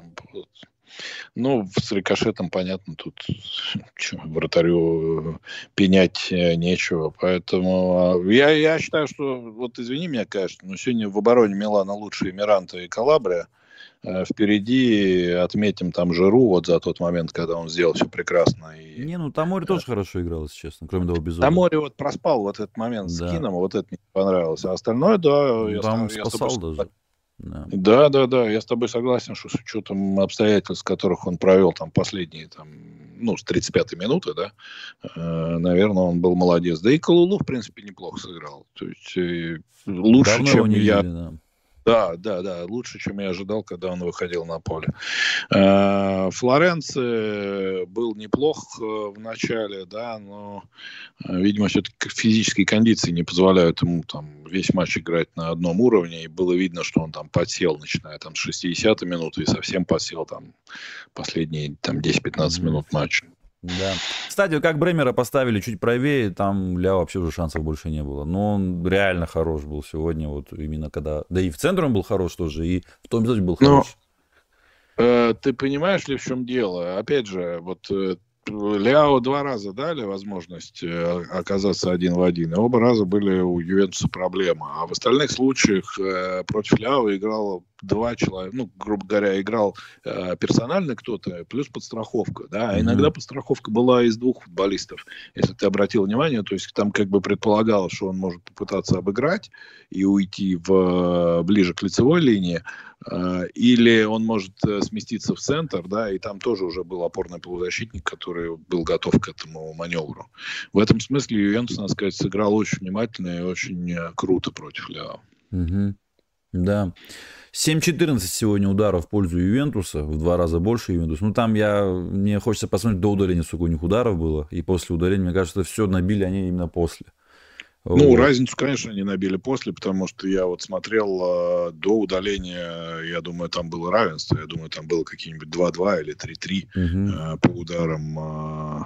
Ну, с рикошетом, понятно, тут что, вратарю пенять нечего. Поэтому я, я считаю, что, вот извини меня, конечно, но сегодня в обороне Милана лучшие Миранта и Калабрия. Впереди отметим там Жиру вот за тот момент, когда он сделал все прекрасно. И... Не, ну Тамори тоже хорошо играл, если честно, кроме того эпизода. Тамори вот проспал вот этот момент да. с Кином, вот это мне понравилось. А остальное, да, ну, я, там я спасал тобой... даже. Да. да, да, да, я с тобой согласен, что с учетом обстоятельств, которых он провел там последние, там, ну, с тридцать пятой минуты, да, э, наверное, он был молодец. Да и Калулу, в принципе, неплохо сыграл. То есть, э, лучше, Давно чем не я... видели, да. Да, да, да, лучше, чем я ожидал, когда он выходил на поле. Э, Флоренци был неплох в начале, да, но, видимо, все-таки физические кондиции не позволяют ему там весь матч играть на одном уровне, и было видно, что он там подсел, начиная там с шестидесятой минуты, и совсем подсел там последние там десять-пятнадцать mm-hmm. минут матча. Да. Кстати, как Бремера поставили чуть правее, там Ляо вообще уже шансов больше не было. Но он реально хорош был сегодня, вот именно когда... Да и в центре он был хорош тоже, и в том эпизоде был хорош. Но, э, ты понимаешь ли, в чем дело? Опять же, вот... Э, Ляо два раза дали возможность оказаться один в один, и оба раза были у Ювентуса проблемы. А в остальных случаях э, против Ляо играло два человека, ну, грубо говоря, играл э, персонально кто-то, плюс подстраховка, да, а иногда подстраховка была из двух футболистов, если ты обратил внимание, то есть там как бы предполагалось, что он может попытаться обыграть и уйти в, ближе к лицевой линии, э, или он может сместиться в центр, да, и там тоже уже был опорный полузащитник, который был готов к этому маневру. В этом смысле Ювентус, надо сказать, сыграл очень внимательно и очень круто против Ляо. Угу. Да. семь-четырнадцать сегодня ударов в пользу Ювентуса, в два раза больше Ювентуса. Ну, там я, мне хочется посмотреть до удаления, сколько у них ударов было, и после удаления, мне кажется, все набили они именно после. Ну, вот. Разницу, конечно, они набили после, потому что я вот смотрел э, до удаления, я думаю, там было равенство, я думаю, там было какие-нибудь два-два или три-три угу. э, по ударам. Э,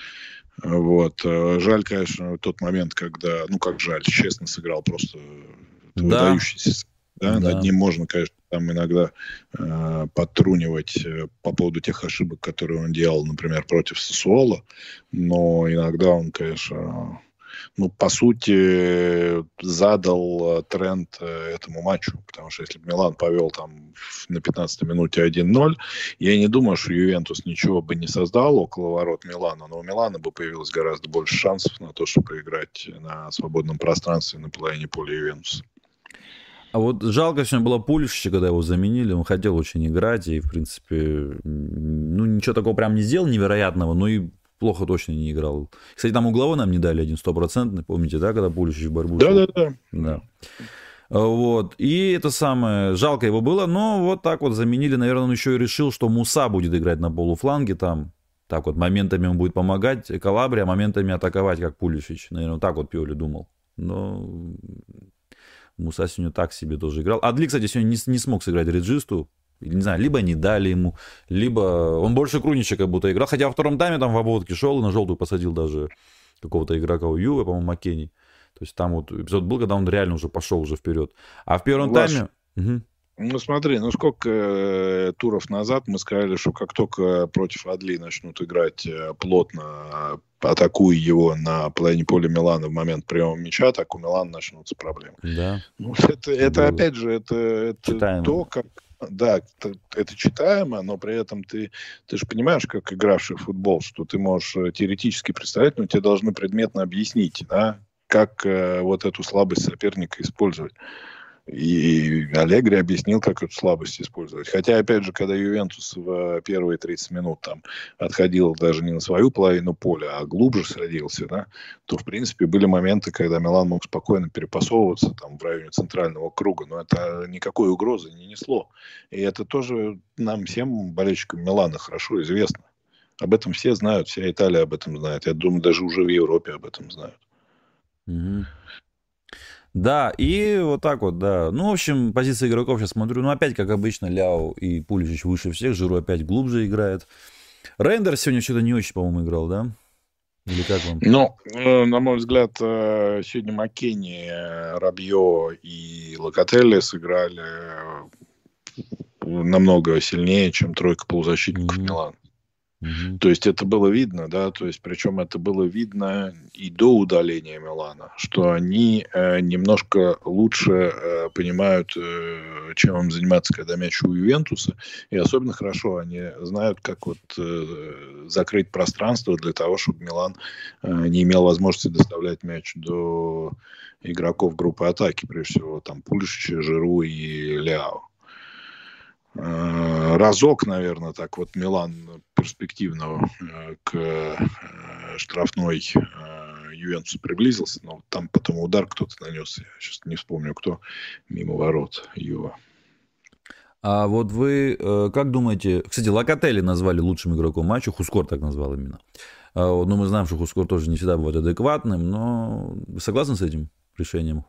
вот. Жаль, конечно, тот момент, когда, ну, как жаль, честно сыграл просто да. выдающийся. Да, да. Над ним можно, конечно, там иногда э, подтрунивать э, по поводу тех ошибок, которые он делал, например, против Сассуоло, но иногда он, конечно, ну, по сути, задал тренд этому матчу, потому что если бы Милан повел там на пятнадцатой минуте один ноль, я не думаю, что Ювентус ничего бы не создал около ворот Милана, но у Милана бы появилось гораздо больше шансов на то, чтобы играть на свободном пространстве на половине поля Ювентуса. А вот жалко сегодня было Пулишича, когда его заменили, он хотел очень играть, и, в принципе, ну, ничего такого прям не сделал невероятного, но и плохо точно не играл. Кстати, там угловой нам не дали один стопроцентный, помните, да, когда Пулишич в борьбу шел? Да-да-да. Да. Вот, и это самое, жалко его было, но вот так вот заменили, наверное, он еще и решил, что Муса будет играть на полуфланге там, так вот, моментами он будет помогать Калабрия, моментами атаковать, как Пулишич, наверное, вот так вот Пиоли думал, но... Муса сегодня так себе тоже играл. Адли, кстати, сегодня не, не смог сыграть реджисту. Не знаю, либо не дали ему, либо он больше Крунича как будто играл. Хотя во втором тайме там в обводке шел и на желтую посадил даже какого-то игрока у Юве, по-моему, Маккенни. То есть там вот эпизод был, когда он реально уже пошел уже вперед. А в первом Ваш... тайме... Угу. Ну смотри, ну сколько э, туров назад мы сказали, что как только против Адли начнут играть э, плотно, атакуя его на половине поля Милана в момент приема мяча, так у Милана начнутся проблемы. Да. Ну, это, это опять же, это, это то, как... Да, это, это читаемо, но при этом ты, ты же понимаешь, как игравший в футбол, что ты можешь теоретически представить, но тебе должны предметно объяснить, да, как э, вот эту слабость соперника использовать. И Аллегри объяснил, как эту слабость использовать. Хотя, опять же, когда Ювентус в первые тридцать минут там отходил даже не на свою половину поля, а глубже садился, да, то, в принципе, были моменты, когда Милан мог спокойно перепасовываться там в районе центрального круга. Но это никакой угрозы не несло. И это тоже нам всем, болельщикам Милана, хорошо известно. Об этом все знают, вся Италия об этом знает. Я думаю, даже уже в Европе об этом знают. Mm-hmm. Да, и вот так вот, да. Ну, в общем, позиции игроков сейчас смотрю. Ну, опять, как обычно, Ляо и Пулишич выше всех. Жиру опять глубже играет. Рейндер сегодня что-то не очень, по-моему, играл, да? Или как вам? Ну, на мой взгляд, сегодня Маккенни, Рабьо и Локотелли сыграли намного сильнее, чем тройка полузащитников mm-hmm. Милана. Mm-hmm. То есть это было видно, да, то есть причем это было видно и до удаления Милана, что они э, немножко лучше э, понимают, э, чем им заниматься, когда мяч у Ювентуса, и особенно хорошо они знают, как вот э, закрыть пространство для того, чтобы Милан э, не имел возможности доставлять мяч до игроков группы атаки, прежде всего там Пулишича, Жиру и Ляо. Разок, наверное, так вот Милан перспективно к штрафной Ювентус приблизился, но там потом удар кто-то нанес, я сейчас не вспомню кто, мимо ворот Юва. А вот вы э, как думаете... Кстати, Локотелли назвали лучшим игроком матча, Хускор так назвал именно. А, вот, ну, мы знаем, что Хускор тоже не всегда бывает адекватным, но вы согласны с этим решением?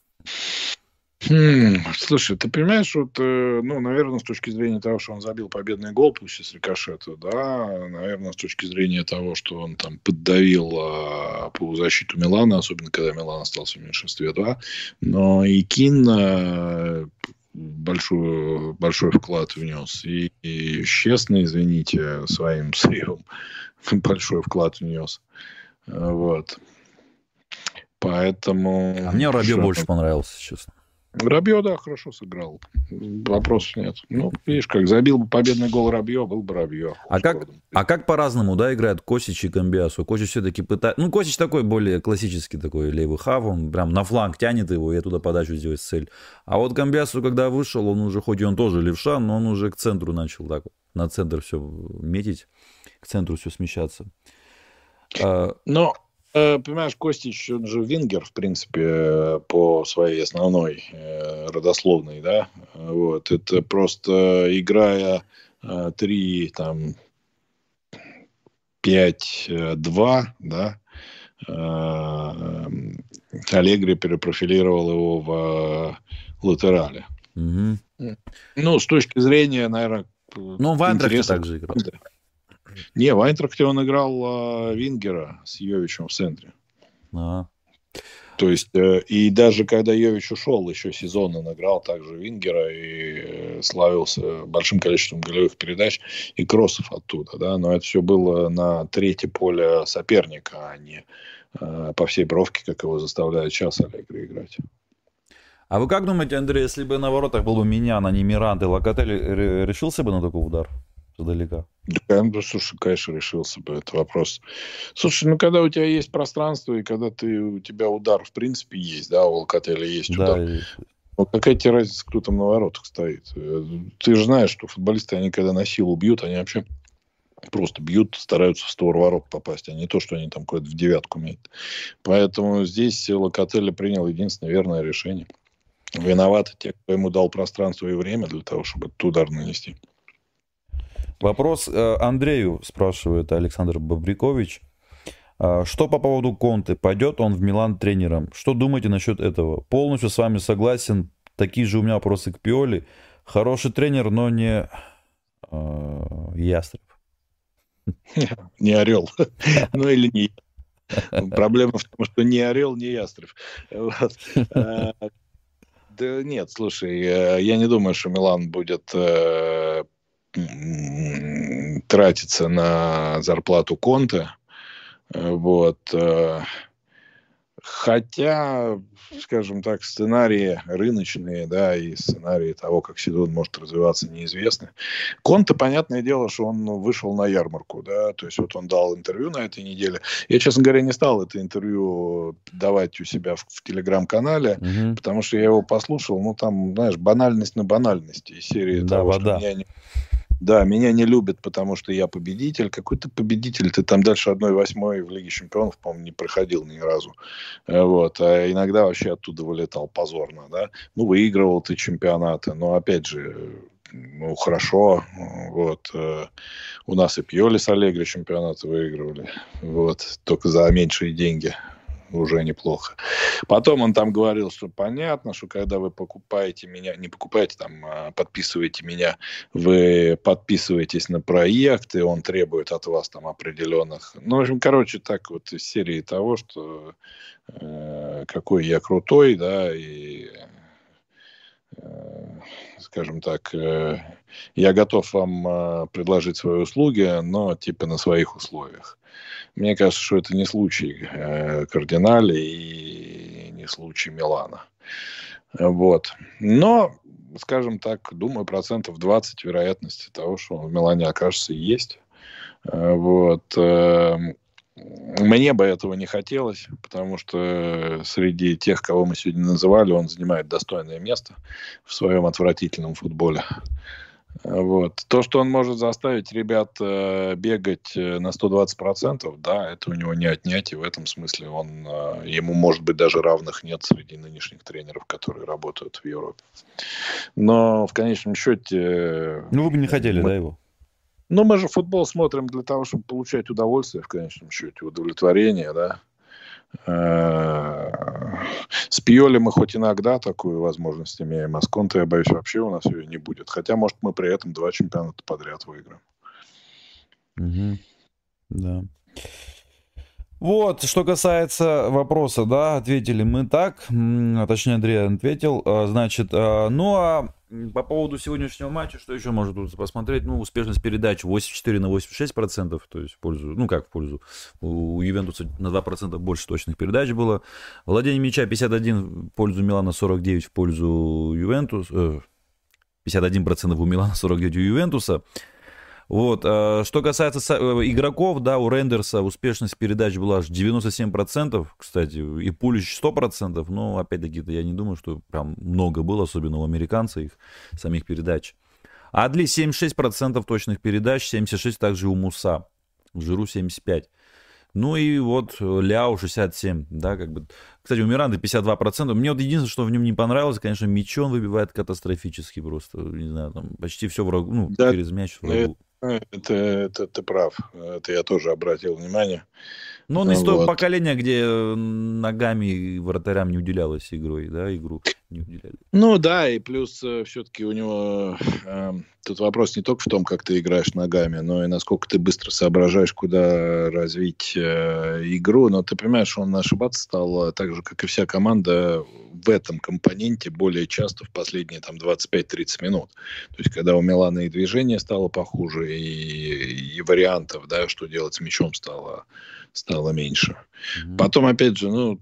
Хм, слушай, ты понимаешь, вот, э, ну, наверное, с точки зрения того, что он забил победный гол, пусть и с рикошета, да, наверное, с точки зрения того, что он там поддавил э, полузащиту Милана, особенно когда Милан остался в меньшинстве, да, но и Кин э, большой, большой вклад внес, и, и честно, извините, своим сейвом большой вклад внес, вот. Поэтому... А мне Рабио больше понравился, честно. Рабио, да, хорошо сыграл. Вопросов нет. Ну, видишь, как забил бы победный гол Рабио, был бы Рабио. А как, а как по-разному, да, играют Косич и Камбиасу? Косич все-таки пытается... Ну, Косич такой более классический такой левый хав, он прям на фланг тянет его, и оттуда подачу сделать цель. А вот Камбиасу, когда вышел, он уже, хоть и он тоже левша, но он уже к центру начал так, на центр все метить, к центру все смещаться. Но... Понимаешь, Костич, он же вингер, в принципе, по своей основной э, родословной, да, вот, это просто играя э, три, там, пять два, да, э, Аллегри перепрофилировал его в э, латерале. Угу. Ну, с точки зрения, наверное, ну, в Айнтрахте также играл. Не, в Айнтрахте он играл э, вингера с Йовичем в центре. А. То есть, э, и даже когда Йович ушел, еще сезон он играл также вингера и э, славился большим количеством голевых передач и кроссов оттуда, да, но это все было на третье поле соперника, а не э, по всей бровке, как его заставляет сейчас Аллегри играть. А вы как думаете, Андрей, если бы на воротах был бы Миньян, а не Мирант и Локотелли, решился бы на такой удар издалека? Да, ну, слушай, конечно, решился бы этот вопрос. Слушай, ну, когда у тебя есть пространство, и когда ты, у тебя удар, в принципе, есть, да, у Локотелли есть да, удар. И... Ну, какая тебе разница, кто там на воротах стоит? Ты же знаешь, что футболисты, они когда на силу бьют, они вообще просто бьют, стараются в створ ворот попасть, а не то, что они там куда-то в девятку умеют. Поэтому здесь Локотелли принял единственное верное решение. Виноваты те, кто ему дал пространство и время для того, чтобы этот удар нанести. Вопрос Андрею спрашивает Александр Бобрикович. Что по поводу Конте? Пойдет он в Милан тренером? Что думаете насчет этого? Полностью с вами согласен. Такие же у меня вопросы к Пиоли. Хороший тренер, но не э, ястреб. Не орел. Ну или не. Проблема в том, что не орел, не ястреб. Да нет, слушай, я не думаю, что Милан будет тратиться на зарплату Конте. Вот. Хотя, скажем так, сценарии рыночные, да, и сценарии того, как сезон может развиваться, неизвестны. Конте, понятное дело, что он вышел на ярмарку, да, то есть вот он дал интервью на этой неделе. Я, честно говоря, не стал это интервью давать у себя в, в телеграм-канале, угу. потому что я его послушал, ну, там, знаешь, банальность на банальности из серии да, того, вода. что меня не... Да, меня не любят, потому что я победитель. Какой ты победитель? Ты там дальше одной восьмой в Лиге Чемпионов, по-моему, не проходил ни разу. Вот. А иногда вообще оттуда вылетал позорно, да. Ну, выигрывал ты чемпионаты, но, опять же, ну, хорошо. Вот. У нас и Пьоли с Аллегри чемпионаты выигрывали. Вот. Только за меньшие деньги. Уже неплохо. Потом он там говорил, что понятно, что когда вы покупаете меня, не покупаете, там, подписываете меня, вы подписываетесь на проект, и он требует от вас там определенных... Ну, в общем, короче, так вот из серии того, что э, какой я крутой, да, и, э, скажем так, э, я готов вам э, предложить свои услуги, но типа на своих условиях. Мне кажется, что это не случай э, Кардинали и не случай Милана. Вот. Но, скажем так, думаю, процентов двадцать вероятности того, что он в Милане окажется, и есть. Э, вот. Э, мне бы этого не хотелось, потому что среди тех, кого мы сегодня называли, он занимает достойное место в своем отвратительном футболе. Вот. То, что он может заставить ребят э, бегать на сто двадцать процентов, да, это у него не отнять, и в этом смысле он, э, ему, может быть, даже равных нет среди нынешних тренеров, которые работают в Европе. Но в конечном счете... Ну, вы бы не хотели, мы... да, его? Ну, мы же футбол смотрим для того, чтобы получать удовольствие, в конечном счете, удовлетворение, да. С Пьоли мы хоть иногда такую возможность имеем, а с Конте, я боюсь, вообще у нас ее не будет. Хотя, может, мы при этом два чемпионата подряд выиграем. Угу. Да. Вот, что касается вопроса, да, ответили мы так, точнее, Андрей ответил, значит, ну а по поводу сегодняшнего матча, что еще можно тут посмотреть, ну, успешность передач восемьдесят четыре на восемьдесят шесть процентов, то есть в пользу, ну, как в пользу, у Ювентуса на два процента больше точных передач было, владение мяча пятьдесят один в пользу Милана, сорок девять в пользу Ювентуса, пятьдесят один процент у Милана, сорок девять у Ювентуса. Вот, что касается игроков, да, у Рендерса успешность передач была аж девяносто семь процентов, кстати, и Пулич сто процентов, но, опять-таки, я не думаю, что прям много было, особенно у американцев их самих передач. Адли семьдесят шесть процентов точных передач, семьдесят шесть процентов также у Муса, Жиру семьдесят пять процентов. Ну и вот Ляо шестьдесят семь процентов, да, как бы. Кстати, у Миранды пятьдесят два процента. Мне вот единственное, что в нем не понравилось, конечно, мяч он выбивает катастрофически просто, не знаю, там почти все врагу, ну, да, через мяч врагу. Это, это ты прав, это я тоже обратил внимание. Но он из того вот. поколения, где ногами вратарям не уделялось игрой, да, игру не уделяли. Ну да, и плюс э, все-таки у него э, тут вопрос не только в том, как ты играешь ногами, но и насколько ты быстро соображаешь, куда развить э, игру. Но ты понимаешь, что он ошибаться стал так же, как и вся команда в этом компоненте более часто в последние там двадцать пять тридцать минут. То есть, когда у Милана и движение стало похуже, и, и вариантов, да, что делать с мячом стало, стало меньше. Mm-hmm. Потом, опять же, ну,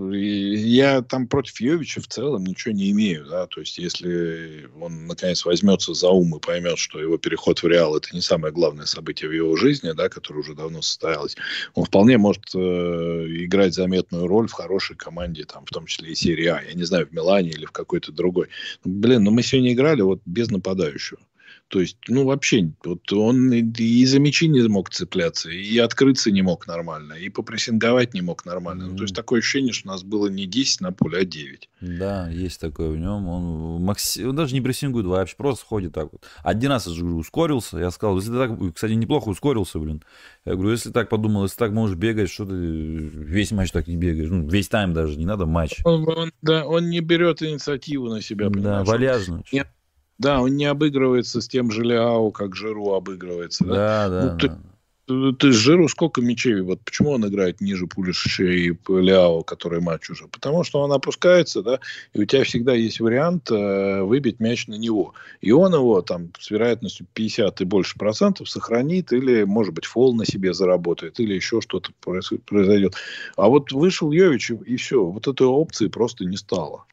я там против Йовича в целом ничего не имею, да, то есть, если он, наконец, возьмется за ум и поймет, что его переход в Реал — это не самое главное событие в его жизни, да, которое уже давно состоялось, он вполне может э, играть заметную роль в хорошей команде, там, в том числе и серии А, я не знаю, в Милане или в какой-то другой. Блин, ну мы сегодня играли вот без нападающего. То есть, ну, вообще, вот он и за мячи не мог цепляться, и открыться не мог нормально, и попрессинговать не мог нормально. Mm-hmm. Ну, то есть, такое ощущение, что у нас было не десять на поле, а девять. Да, есть такое в нем. Он, макси... он даже не прессингует вообще, просто ходит так вот. Один раз, я же говорю, ускорился. Я сказал, если ты так, кстати, неплохо ускорился, блин. Я говорю, если так подумал, если так можешь бегать, что ты весь матч так не бегаешь. Ну, весь тайм даже, не надо матч. Он, он, да, он не берет инициативу на себя, понимаешь? Да, вальяжно. Нет. Да, он не обыгрывается с тем же Ляо, как Жиру обыгрывается. Да, да. да, ну, ты, да. Ты, ты с Жиру сколько мячей? Вот почему он играет ниже Пулишича и Ляо, который матч уже? Потому что он опускается, да, и у тебя всегда есть вариант э, выбить мяч на него. И он его там с вероятностью пятьдесят и больше процентов сохранит, или, может быть, фол на себе заработает, или еще что-то произойдет. А вот вышел Йович, и, и все. Вот этой опции просто не стало.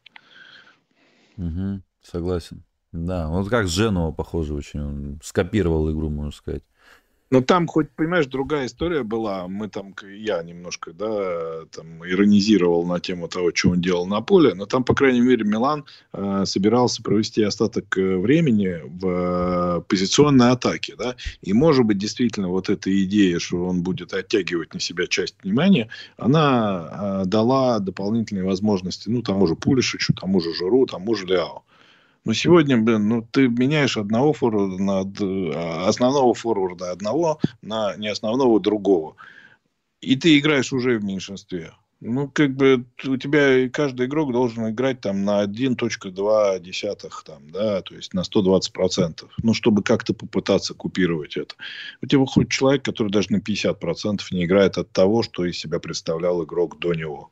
Угу, согласен. Да, вот как с Женова, похоже, очень. Он скопировал игру, можно сказать. Но там, хоть, понимаешь, другая история была. Мы там, я немножко, да, там иронизировал на тему того, что он делал на поле. Но там, по крайней мере, Милан э, собирался провести остаток времени в э, позиционной атаке, да. И, может быть, действительно, вот эта идея, что он будет оттягивать на себя часть внимания, она э, дала дополнительные возможности, ну, тому же Пулишичу, тому же Жиру, тому же Ляо. Но сегодня, блин, ну, ты меняешь одного форварда на основного форварда одного на не основного другого. И ты играешь уже в меньшинстве. Ну, как бы у тебя каждый игрок должен играть там на один целых два десятых, там, да, то есть на сто двадцать процентов. Ну, чтобы как-то попытаться купировать это. У тебя выходит человек, который даже на пятьдесят процентов не играет от того, что из себя представлял игрок до него.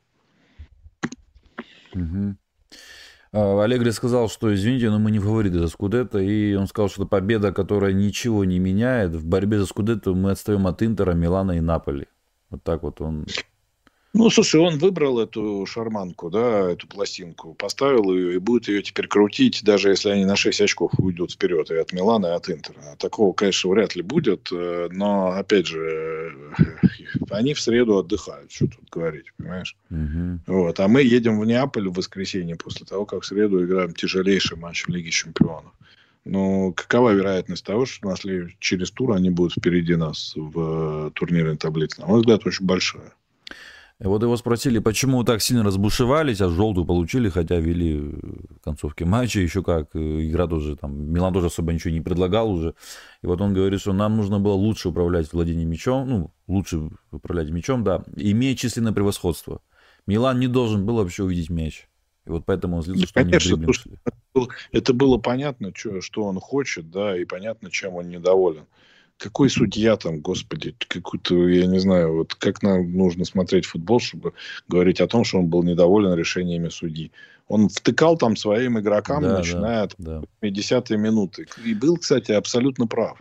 Угу. Аллегри сказал, что, извините, но мы не фавориты за Скудетто, и он сказал, что это победа, которая ничего не меняет. В борьбе за Скудетто мы отстаем от Интера, Милана и Наполи. Вот так вот он... Ну, слушай, он выбрал эту шарманку, да, эту пластинку, поставил ее и будет ее теперь крутить, даже если они на шесть очков уйдут вперед и от Милана, и от Интера. Такого, конечно, вряд ли будет, но, опять же, они в среду отдыхают, что тут говорить, понимаешь? Угу. Вот. А мы едем в Неаполь в воскресенье после того, как в среду играем тяжелейший матч в Лиге Чемпионов. Ну, какова вероятность того, что на след... через тур они будут впереди нас в турнирной таблице? На мой взгляд, очень большая. И вот его спросили, почему так сильно разбушевались, а желтую получили, хотя вели в концовке матча, еще как, игра тоже, там, Милан тоже особо ничего не предлагал уже. И вот он говорит, что нам нужно было лучше управлять владением мячом, ну, лучше управлять мячом, да, имея численное превосходство. Милан не должен был вообще увидеть мяч. И вот поэтому он злился, Ну, что они в конечно, дриблинг слушай, шли. это было, это было понятно, что, что он хочет, да, и понятно, чем он недоволен. Какой судья там, господи, какой-то, я не знаю, вот как нам нужно смотреть футбол, чтобы говорить о том, что он был недоволен решениями судьи. Он втыкал там своим игрокам, Да, начиная да, от да. десятой минуты. И был, кстати, абсолютно прав.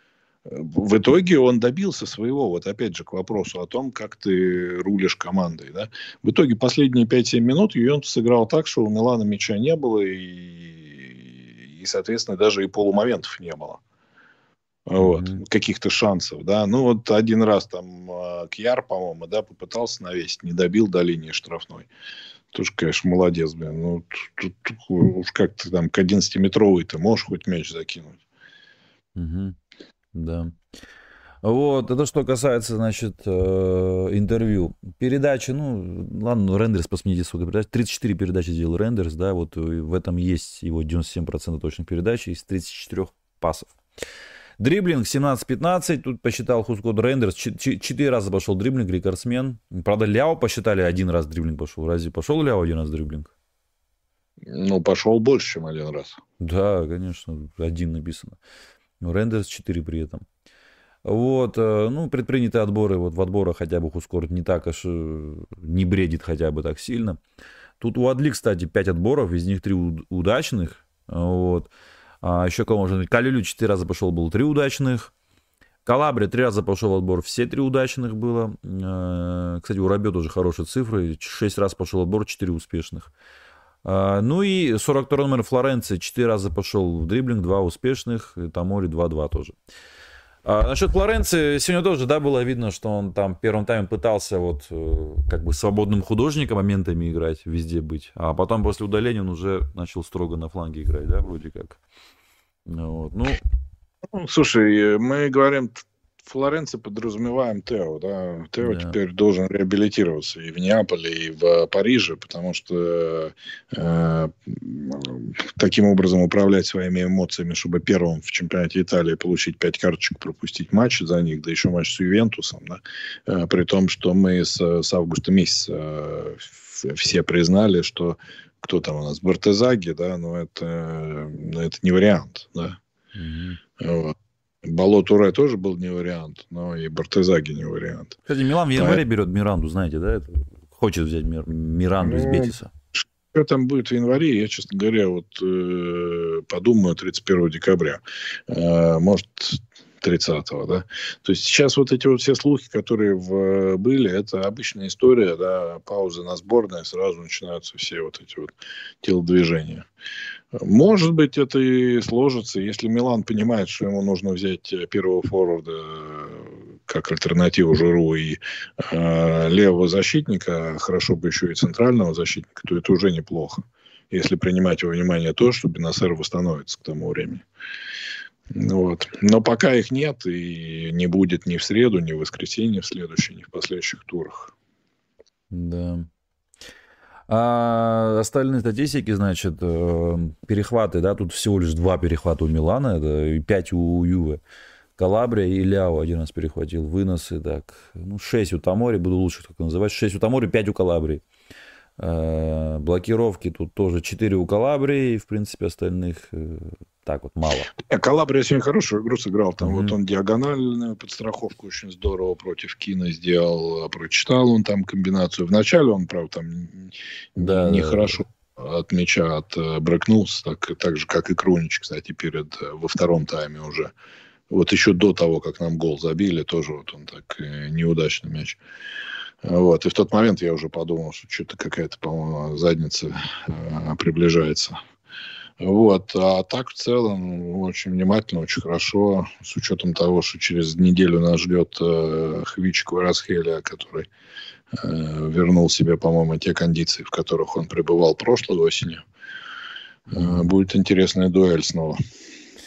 В итоге он добился своего. Вот опять же к вопросу о том, как ты рулишь командой. Да? В итоге последние пять-семь минут Ювентус сыграл так, что у Милана мяча не было. И, и соответственно, даже и полумоментов не было. Вот, Мгм. каких-то шансов, да. Ну, вот один раз там Кьяр, по-моему, да, попытался навесить, не добил до линии штрафной. Тоже, конечно, молодец, блин. Ну, тут, тут уж как ты там к одиннадцатиметровой ты можешь хоть мяч закинуть. Мгм. Да. Вот, это что касается, значит, э, интервью. Передачи, ну, ладно, ну, Рендерс, посмотрите, сколько передач. тридцать четыре передачи сделал Рендерс, да, вот в этом есть его девяносто семь процентов точных передач из тридцати четырёх пасов. Дриблинг семнадцать пятнадцать, тут посчитал Хускод Рендерс, четыре раза пошел дриблинг, рекордсмен. Правда, Ляо посчитали, один раз дриблинг пошел. Разве пошел Ляо один раз дриблинг? Ну, пошел больше, чем один раз. Да, конечно, один написано. Но Рендерс четыре при этом. Вот, ну, предпринятые отборы, вот в отборах хотя бы Хускорт не так аж не бредит хотя бы так сильно. Тут у Адли, кстати, пять отборов, из них три удачных. Вот. А еще кого можно? Калилю четыре раза пошел, было три удачных. Калабри три раза пошел в отбор, все три удачных было. Кстати, у Рабио тоже хорошие цифры. шесть раз пошел в отбор, четыре успешных. Ну и сорок второй номер Флоренции четыре раза пошел в дриблинг, два успешных. Тамори два-два тоже. А насчет Флоренции, сегодня тоже, да, было видно, что он там в первом тайме пытался вот как бы свободным художником моментами играть, везде быть. А потом после удаления он уже начал строго на фланге играть, да, вроде как. Вот. Ну, ну, слушай, мы говорим Флоренции, подразумеваем Тео, да. Тео да. теперь должен реабилитироваться и в Неаполе, и в Париже, потому что э, таким образом управлять своими эмоциями, чтобы первым в чемпионате Италии получить пять карточек, пропустить матч за них, да еще матч с Ювентусом, да, э, при том, что мы с, с августа месяца э, все признали, что кто там у нас, Бартезаги, да, но это, но это не вариант, да. Угу. Вот. Бало Туре тоже был не вариант, но и Бартезаги не вариант. Кстати, Милан в январе а... берет Миранду, знаете, да? Это... Хочет взять Мир... Миранду ну, из Бетиса. Что там будет в январе, я, честно говоря, вот э, подумаю тридцать первого декабря. Э, может, тридцатого, да. То есть сейчас вот эти вот все слухи, которые в, были, это обычная история, да, пауза на сборной, сразу начинаются все вот эти вот телодвижения. Может быть, это и сложится, если Милан понимает, что ему нужно взять первого форварда как альтернативу Жиру и э, левого защитника, хорошо бы еще и центрального защитника, то это уже неплохо, если принимать во внимание то, что Бенасер восстановится к тому времени. Вот. Но пока их нет и не будет ни в среду, ни в воскресенье в следующий, ни в последующих турах. Да. А остальные статистики, значит, перехваты, да, тут всего лишь два перехвата у Милана, это пять у Юве. Калабрия и Ляо один раз перехватил. Выносы, так, ну, шесть у Тамори, буду лучше как называть, шесть у Тамори, пять у Калабрии. А, блокировки тут тоже четыре у Калабрии, в принципе, остальных так вот мало. Калабрия сегодня хорошую игру сыграл. Там mm-hmm. вот он диагональную подстраховку очень здорово против Кина сделал. Прочитал он там комбинацию. Вначале он, правда, там да, нехорошо да. от мяча отбрыкнулся. Так, так же, как и Крунич, кстати, перед, во втором тайме уже. Вот еще до того, как нам гол забили, тоже вот он так неудачный мяч. Вот. И в тот момент я уже подумал, что что-то какая-то, по-моему, задница приближается. Вот. А так в целом очень внимательно, очень хорошо, с учетом того, что через неделю нас ждет э, Хвич Кварацхелия, который э, вернул себе, по-моему, те кондиции, в которых он пребывал прошлой осенью. Э, будет интересная дуэль снова.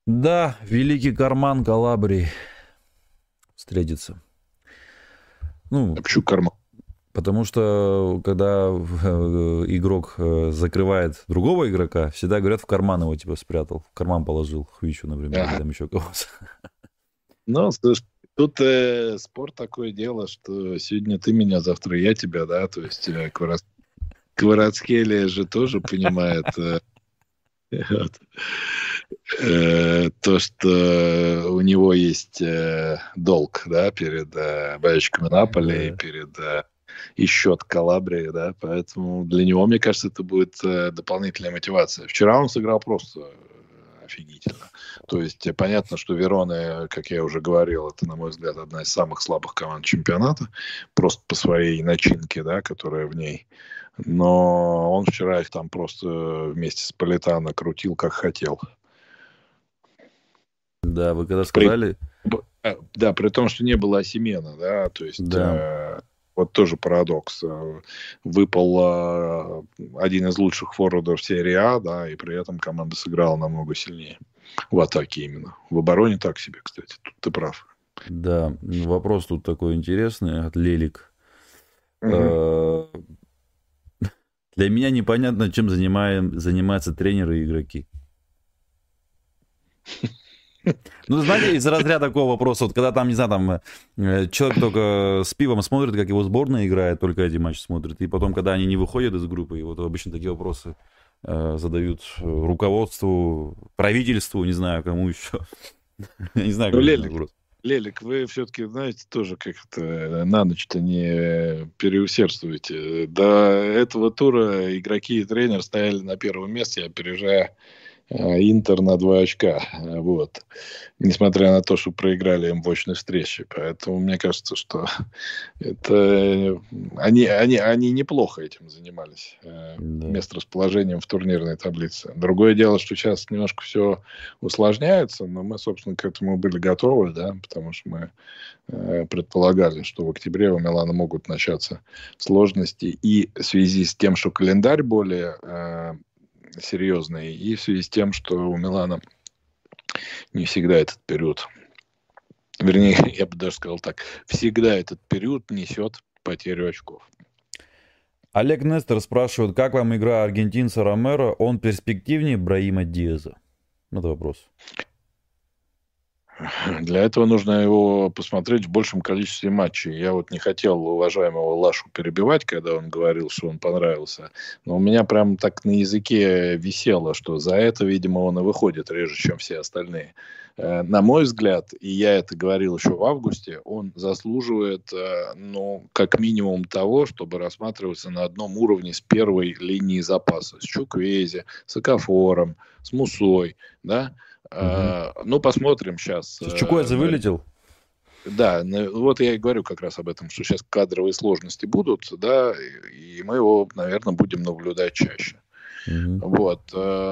Да, великий карман Калабрии встретится. Ну, а почему карман? Потому что, когда игрок закрывает другого игрока, всегда говорят, в карман его типа спрятал, в карман положил Хвичу, например, ага. Или там еще кого-то. Ну, слушай, тут э, спорт такое дело, что сегодня ты меня, завтра я тебя, да, то есть э, Кварас... Кварацхелия же тоже понимает э, вот, э, то, что у него есть э, долг, да, перед э, болельщиками Наполи, да. перед... Э, и счет Калабрии, да, поэтому для него, мне кажется, это будет э, дополнительная мотивация. Вчера он сыграл просто офигительно. То есть понятно, что Верона, как я уже говорил, это, на мой взгляд, одна из самых слабых команд чемпионата, просто по своей начинке, да, которая в ней. Но он вчера их там просто вместе с Политано крутил, как хотел. Да, вы когда сказали... При... Да, при том, что не было Осимена, да, то есть... Да. Э... Вот тоже парадокс. Выпал один из лучших форвардов серии А, да, и при этом команда сыграла намного сильнее. В атаке именно. В обороне так себе, кстати. Тут ты прав. Да, вопрос тут такой интересный от Лелик. Угу. Для меня непонятно, чем занимаем, занимаются тренеры и игроки. Ну, знаете, из разряда такого вопроса, вот когда там, не знаю, там человек только с пивом смотрит, как его сборная играет, только эти матчи смотрит, и потом, когда они не выходят из группы, и вот обычно такие вопросы э, задают руководству, правительству, не знаю, кому еще. Я не знаю, ну, Лелик, Лелик, вы все-таки, знаете, тоже как-то на ночь-то не переусердствуете. До этого тура игроки и тренер стояли на первом месте, опережая Интер на два очка, вот. Несмотря на то, что проиграли им в очной встрече. Поэтому мне кажется, что это... Они, они, они неплохо этим занимались. Да. Место расположением в турнирной таблице. Другое дело, что сейчас немножко все усложняется, но мы, собственно, к этому были готовы, да, потому что мы предполагали, что в октябре у Милана могут начаться сложности. И в связи с тем, что календарь более... серьезный, и в связи с тем, что у Милана не всегда этот период, вернее, я бы даже сказал так, всегда этот период несет потерю очков. Олег Нестор спрашивает, как вам игра аргентинца Ромеро, он перспективнее Браима Диаза? Это вопрос. Для этого нужно его посмотреть в большем количестве матчей. Я вот не хотел уважаемого Лашу перебивать, когда он говорил, что он понравился. Но у меня прям так на языке висело, что за это, видимо, он и выходит реже, чем все остальные. На мой взгляд, и я это говорил еще в августе, он заслуживает, ну, как минимум того, чтобы рассматриваться на одном уровне с первой линией запаса. С Чуквези, с Окафором, с Мусой, да. Uh, ну, посмотрим сейчас. Чуквези вылетел? Да, вот я и говорю как раз об этом, что сейчас кадровые сложности будут, да, и мы его, наверное, будем наблюдать чаще. Uh-huh. Вот.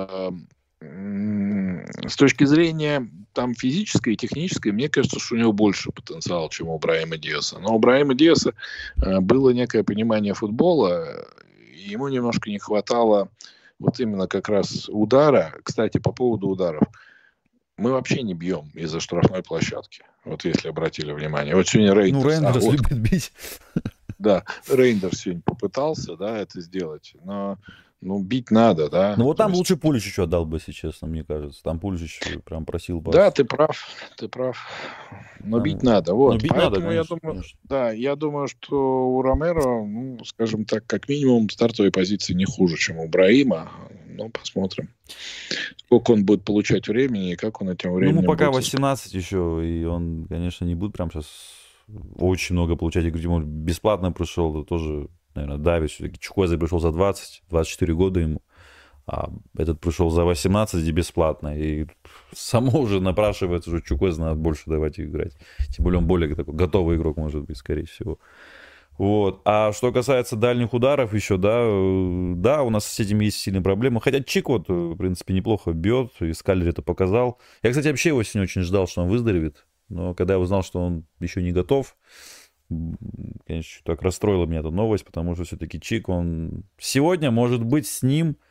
С точки зрения там физической и технической, мне кажется, что у него больше потенциала, чем у Браима Диаса. Но у Браима Диаса было некое понимание футбола, и ему немножко не хватало вот именно как раз удара. Кстати, по поводу ударов. Мы вообще не бьем из-за штрафной площадки. Вот если обратили внимание. Вот сегодня Рейндерс... Ну, Рейндерс а, вот, любит бить. Да, Рейндерс сегодня попытался, да, это сделать. Но, ну, бить надо, да. Ну, вот там есть... лучше Пулич еще отдал бы, если честно, мне кажется. Там Пулич прям просил бы. Да, ты прав, ты прав. Но а, бить надо, вот. Ну, бить Поэтому надо, конечно, я думаю, конечно. Да, я думаю, что у Ромеро, ну, скажем так, как минимум стартовые позиции не хуже, чем у Браима. Ну, посмотрим, сколько он будет получать времени и как он этим временем... Ну, ему пока будет... восемнадцать еще, и он, конечно, не будет прям сейчас очень много получать. И он бесплатно пришел, тоже, наверное, давит. Все-таки Чуквези пришел за двадцать, двадцать четыре года ему, а этот пришел за восемнадцать и бесплатно. И само уже напрашивается, что Чуквези надо больше давать играть. Тем более он более такой готовый игрок, может быть, скорее всего. Вот. А что касается дальних ударов еще, да, да, у нас с этим есть сильные проблемы. Хотя Чик вот, в принципе, неплохо бьет, и Скалери это показал. Я, кстати, вообще его сегодня очень ждал, что он выздоровеет. Но когда я узнал, что он еще не готов, конечно, так расстроила меня эта новость, потому что все-таки Чик, он сегодня, может быть, с ним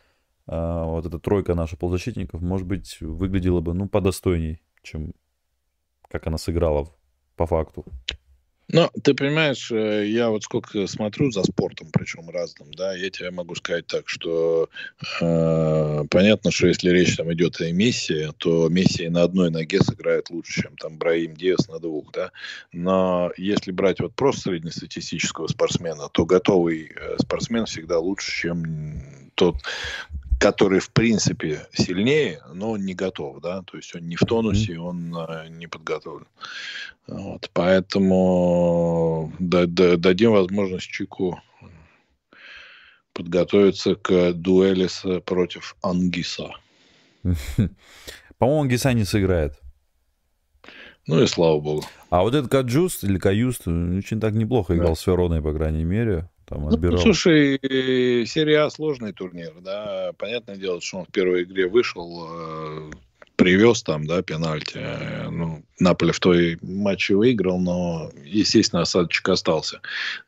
вот эта тройка наших полузащитников, может быть, выглядела бы, ну, подостойней, чем как она сыграла по факту. Ну, ты понимаешь, я вот сколько смотрю за спортом, причем разным, да, я тебе могу сказать так, что э, понятно, что если речь там идет о Месси, то Месси на одной ноге сыграет лучше, чем там Браим Диас на двух, да, но если брать вот просто среднестатистического спортсмена, то готовый спортсмен всегда лучше, чем тот, который, в принципе, сильнее, но он не готов, да, то есть он не в тонусе, он э, не подготовлен. Вот, поэтому да, да, дадим возможность Чику подготовиться к дуэли с, против Ангиса. По-моему, Ангиса не сыграет. Ну и слава богу. А вот этот Каджуст или Каюст очень так неплохо играл, да, с Вероной, по крайней мере. Там отбирал. Ну, слушай, серия А сложный турнир, да. Понятное дело, что он в первой игре вышел, привез там, да, пенальти. Ну, Наполе в той матче выиграл, но, естественно, осадочек остался.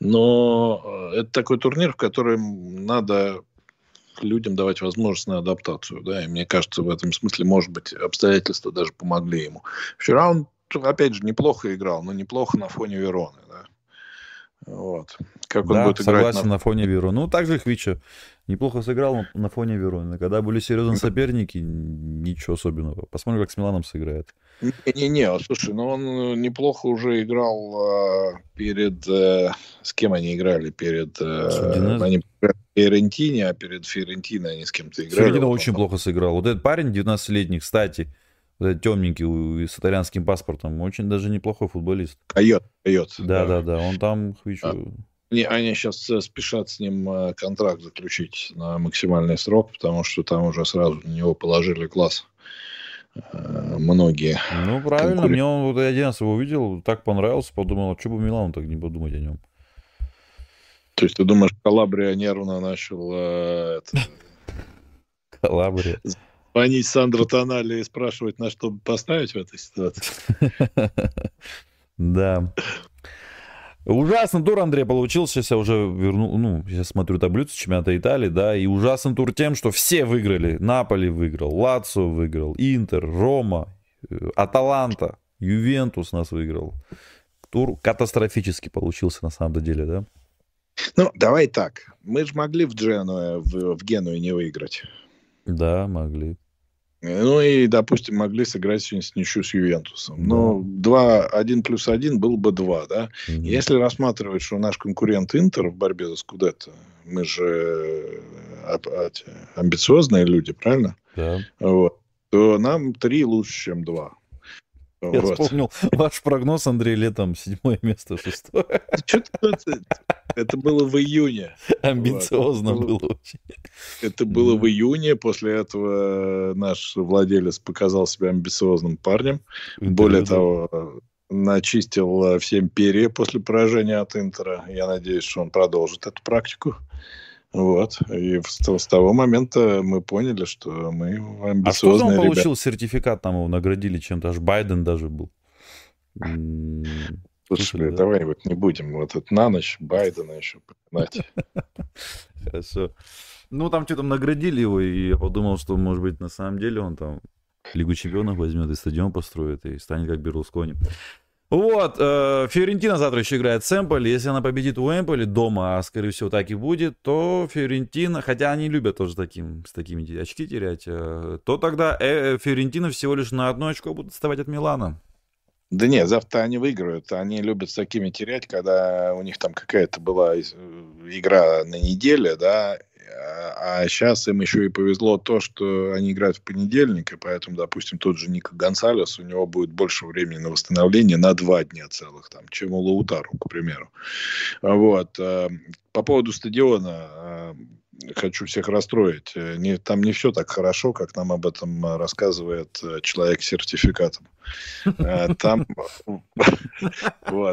Но это такой турнир, в котором надо людям давать возможность на адаптацию, да. И мне кажется, в этом смысле, может быть, обстоятельства даже помогли ему. Вчера он, опять же, неплохо играл, но неплохо на фоне Вероны, да. Вот. Как он да, будет согласен, играть на... на фоне Вероны. Ну, так же Хвича неплохо сыграл на фоне Вероны. Когда были серьезные соперники, ничего особенного. Посмотрим, как с Миланом сыграет. Не-не-не, слушай, ну он неплохо уже играл э, перед... Э, с кем они играли? Перед... Э, они Фиорентине, а перед Фиорентиной они с кем-то играли. Фиорентина вот очень он, плохо сыграл. Вот этот парень девятнадцатилетний, кстати, вот этот темненький с итальянским паспортом, очень даже неплохой футболист. Кайот, Кайот. Да-да-да, он там Хвичу... А. Они, они сейчас спешат с ним контракт заключить на максимальный срок, потому что там уже сразу на него положили глаз многие. Ну, правильно. Мне он, вот я один раз его увидел, так понравился, подумал, что бы Милану так не подумать о нем. То есть ты думаешь, Калабрия нервно начал э, это... Калабрия. Звонить Сандро Тонали и спрашивать, на что поставить в этой ситуации? Да. Ужасный тур, Андрей, получился. Сейчас я уже вернул, ну, сейчас смотрю таблицу чемпионата Италии, да, и ужасный тур тем, что все выиграли. Наполи выиграл, Лацио выиграл, Интер, Рома, Аталанта, Ювентус нас выиграл. Тур катастрофически получился на самом деле, да? Ну, давай так. Мы же могли в Дженуэ, в, в Генуе не выиграть. Да, могли. Ну и, допустим, могли сыграть сегодня ничью с Ювентусом. Да. Но два, один плюс один было бы два, да? Mm-hmm. Если рассматривать, что наш конкурент Интер в борьбе за Скудетто, мы же амбициозные люди, правильно? Да. Вот, то нам три лучше, чем два. Я вот. Вспомнил ваш прогноз, Андрей, летом седьмое место, шестое. Это было в июне. Амбициозно вот. было очень. Это было в июне. После этого наш владелец показал себя амбициозным парнем. Интервью, Более да. того, начистил всем перья после поражения от Интера. Я надеюсь, что он продолжит эту практику. Вот. И с того момента мы поняли, что мы амбициозные А что он ребята. получил сертификат, там его наградили чем-то, аж Байден даже был. Слушай, да? Давай вот не будем вот это на ночь Байдена еще поминать. Хорошо. Ну, там что-то наградили его, и я подумал, что, может быть, на самом деле он там Лигу чемпионов возьмет и стадион построит, и станет как Берлускони. Вот, э, Фиорентина завтра еще играет с Эмполи. Если она победит у Эмполи дома, а скорее всего так и будет, то Фиорентина, хотя они любят тоже таким, с такими очки терять, э, то тогда э, Фиорентина всего лишь на одно очко будет отставать от Милана. Да нет, завтра они выиграют. Они любят с такими терять, когда у них там какая-то была игра на неделе, да, а сейчас им еще и повезло то, что они играют в понедельник, и поэтому, допустим, тот же Нико Гонсалес, у него будет больше времени на восстановление на два дня целых, там, чем у Лаутару, к примеру. Вот. По поводу стадиона хочу всех расстроить. Не, там не все так хорошо, как нам об этом рассказывает человек с сертификатом. Там... Вот.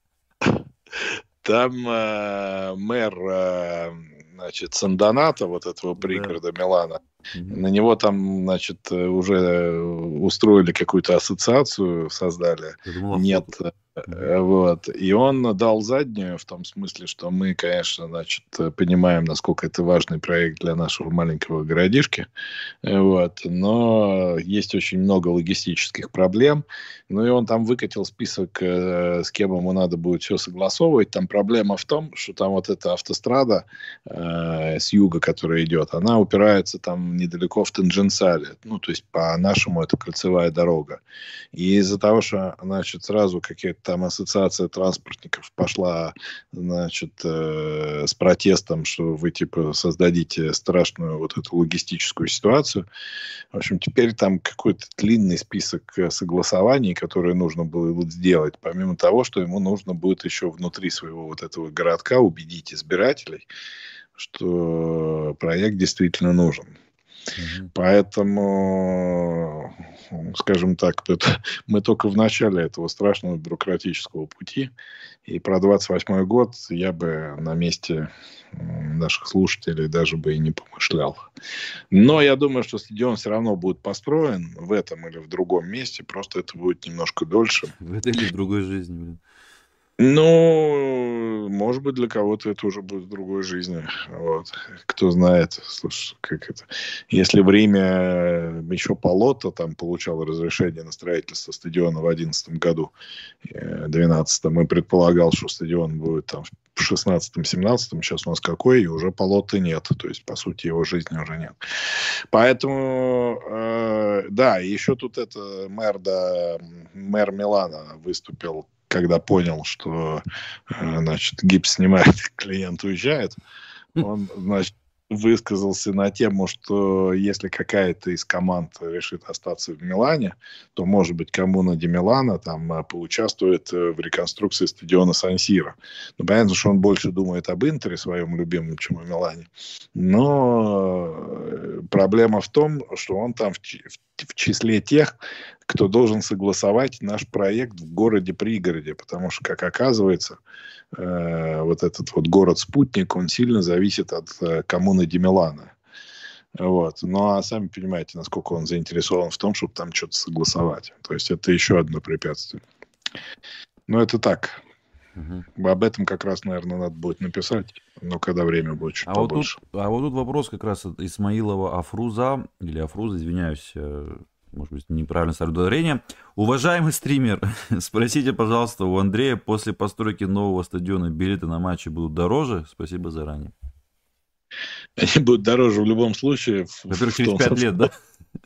Там мэр... Значит, Сандонато, вот этого пригорода да. Милана, mm-hmm. на него там, значит, уже устроили какую-то ассоциацию, создали. Думал, нет, Вот. И он дал заднюю в том смысле, что мы, конечно, значит, понимаем, насколько это важный проект для нашего маленького городишки. Вот. Но есть очень много логистических проблем. Ну и он там выкатил список, э, с кем ему надо будет все согласовывать. Там проблема в том, что там вот эта автострада э, с юга, которая идет, она упирается там недалеко в Танженсале. Ну, то есть по-нашему это кольцевая дорога. И из-за того, что, значит, сразу какие-то там ассоциация транспортников пошла, значит, э, с протестом, что вы, типа, создадите страшную вот эту логистическую ситуацию. В общем, теперь там какой-то длинный список согласований, которые нужно было сделать, помимо того, что ему нужно будет еще внутри своего вот этого городка убедить избирателей, что проект действительно нужен. Mm-hmm. Поэтому, скажем так, это, мы только в начале этого страшного бюрократического пути. И про двадцать восьмой год я бы на месте наших слушателей даже бы и не помышлял. Но я думаю, что стадион все равно будет построен в этом или в другом месте. Просто это будет немножко дольше. В этой или в другой жизни, блин. Ну, может быть, для кого-то это уже будет в другой жизни. Вот. Кто знает. Слушай, как это... Если в Риме еще Палотто там получал разрешение на строительство стадиона в две тысячи одиннадцатом году, двенадцатом, и предполагал, что стадион будет там в шестнадцатом-семнадцатом, сейчас у нас какой, и уже Палотто нет. То есть, по сути, его жизни уже нет. Поэтому, э, да, еще тут это мэр, да, мэр Милана выступил, когда понял, что, значит, гипс снимает, клиент уезжает, он, значит, высказался на тему, что если какая-то из команд решит остаться в Милане, то, может быть, коммуна ди Милано там поучаствует в реконструкции стадиона Сан-Сиро. Ну, понятно, что он больше думает об Интере, своем любимом, чем о Милане. Но проблема в том, что он там в, в числе тех, кто должен согласовать наш проект в городе-пригороде, потому что, как оказывается, э, вот этот вот город-спутник, он сильно зависит от э, коммуны ди Милано. Вот. Ну, а сами понимаете, насколько он заинтересован в том, чтобы там что-то согласовать. То есть, это еще одно препятствие. Но это так. Угу. Об этом как раз, наверное, надо будет написать, но когда время будет чуть а побольше. Вот тут, а вот тут вопрос как раз от Исмаилова Афруза, или Афруза, извиняюсь, может быть, неправильно ставлю ударение. Уважаемый стример, спросите, пожалуйста, у Андрея, после постройки нового стадиона билеты на матчи будут дороже? Спасибо заранее. Они будут дороже в любом случае. Во-первых, через пять лет, да?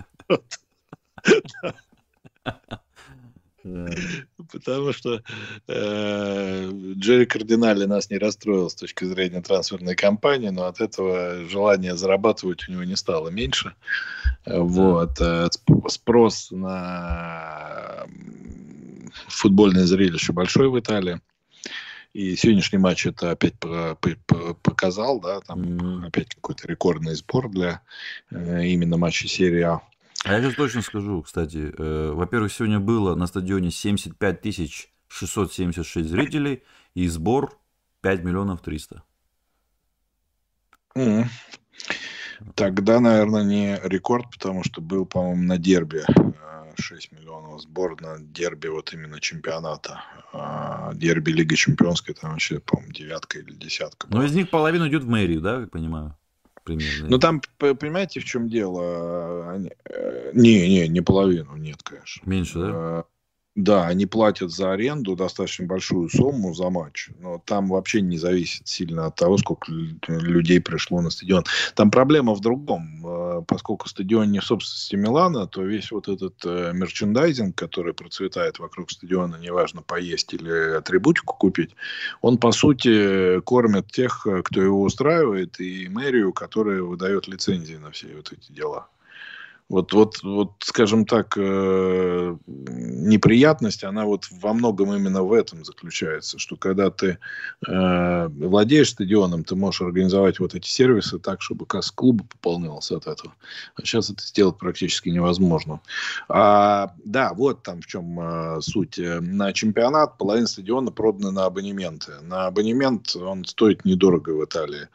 Потому что э, Джерри Кардинали нас не расстроил с точки зрения трансферной кампании, но от этого желание зарабатывать у него не стало меньше. Вот. Э, спрос на футбольное зрелище большой в Италии. И сегодняшний матч это опять показал, да, там mm-hmm. опять какой-то рекордный сбор для э, именно матча серии А. А я сейчас точно скажу, кстати. Э, во-первых, сегодня было на стадионе семьдесят пять тысяч шестьсот семьдесят шесть зрителей и сбор пять миллионов триста. Mm-hmm. Тогда, наверное, не рекорд, потому что был, по-моему, на дерби шесть миллионов сбор на дерби вот именно чемпионата. А дерби Лиги Чемпионской, там вообще, по-моему, девятка или десятка была. Но из них половина идет в мэрию, да, как понимаю? Примерно. Ну, там, понимаете, в чем дело? Они... Не, не, не половину, нет, конечно. Меньше, да? Да, они платят за аренду достаточно большую сумму за матч, но там вообще не зависит сильно от того, сколько людей пришло на стадион. Там проблема в другом. Поскольку стадион не в собственности Милана, то весь вот этот мерчендайзинг, который процветает вокруг стадиона, неважно, поесть или атрибутику купить, он, по сути, кормит тех, кто его устраивает, и мэрию, которая выдает лицензии на все вот эти дела. Вот, вот, вот, скажем так, э, неприятность, она вот во многом именно в этом заключается, что когда ты э, владеешь стадионом, ты можешь организовать вот эти сервисы так, чтобы касса клуба пополнялась от этого. А сейчас это сделать практически невозможно. А, да, вот там в чем э, суть. На чемпионат половина стадиона продана на абонементы. На абонемент он стоит недорого в Италии.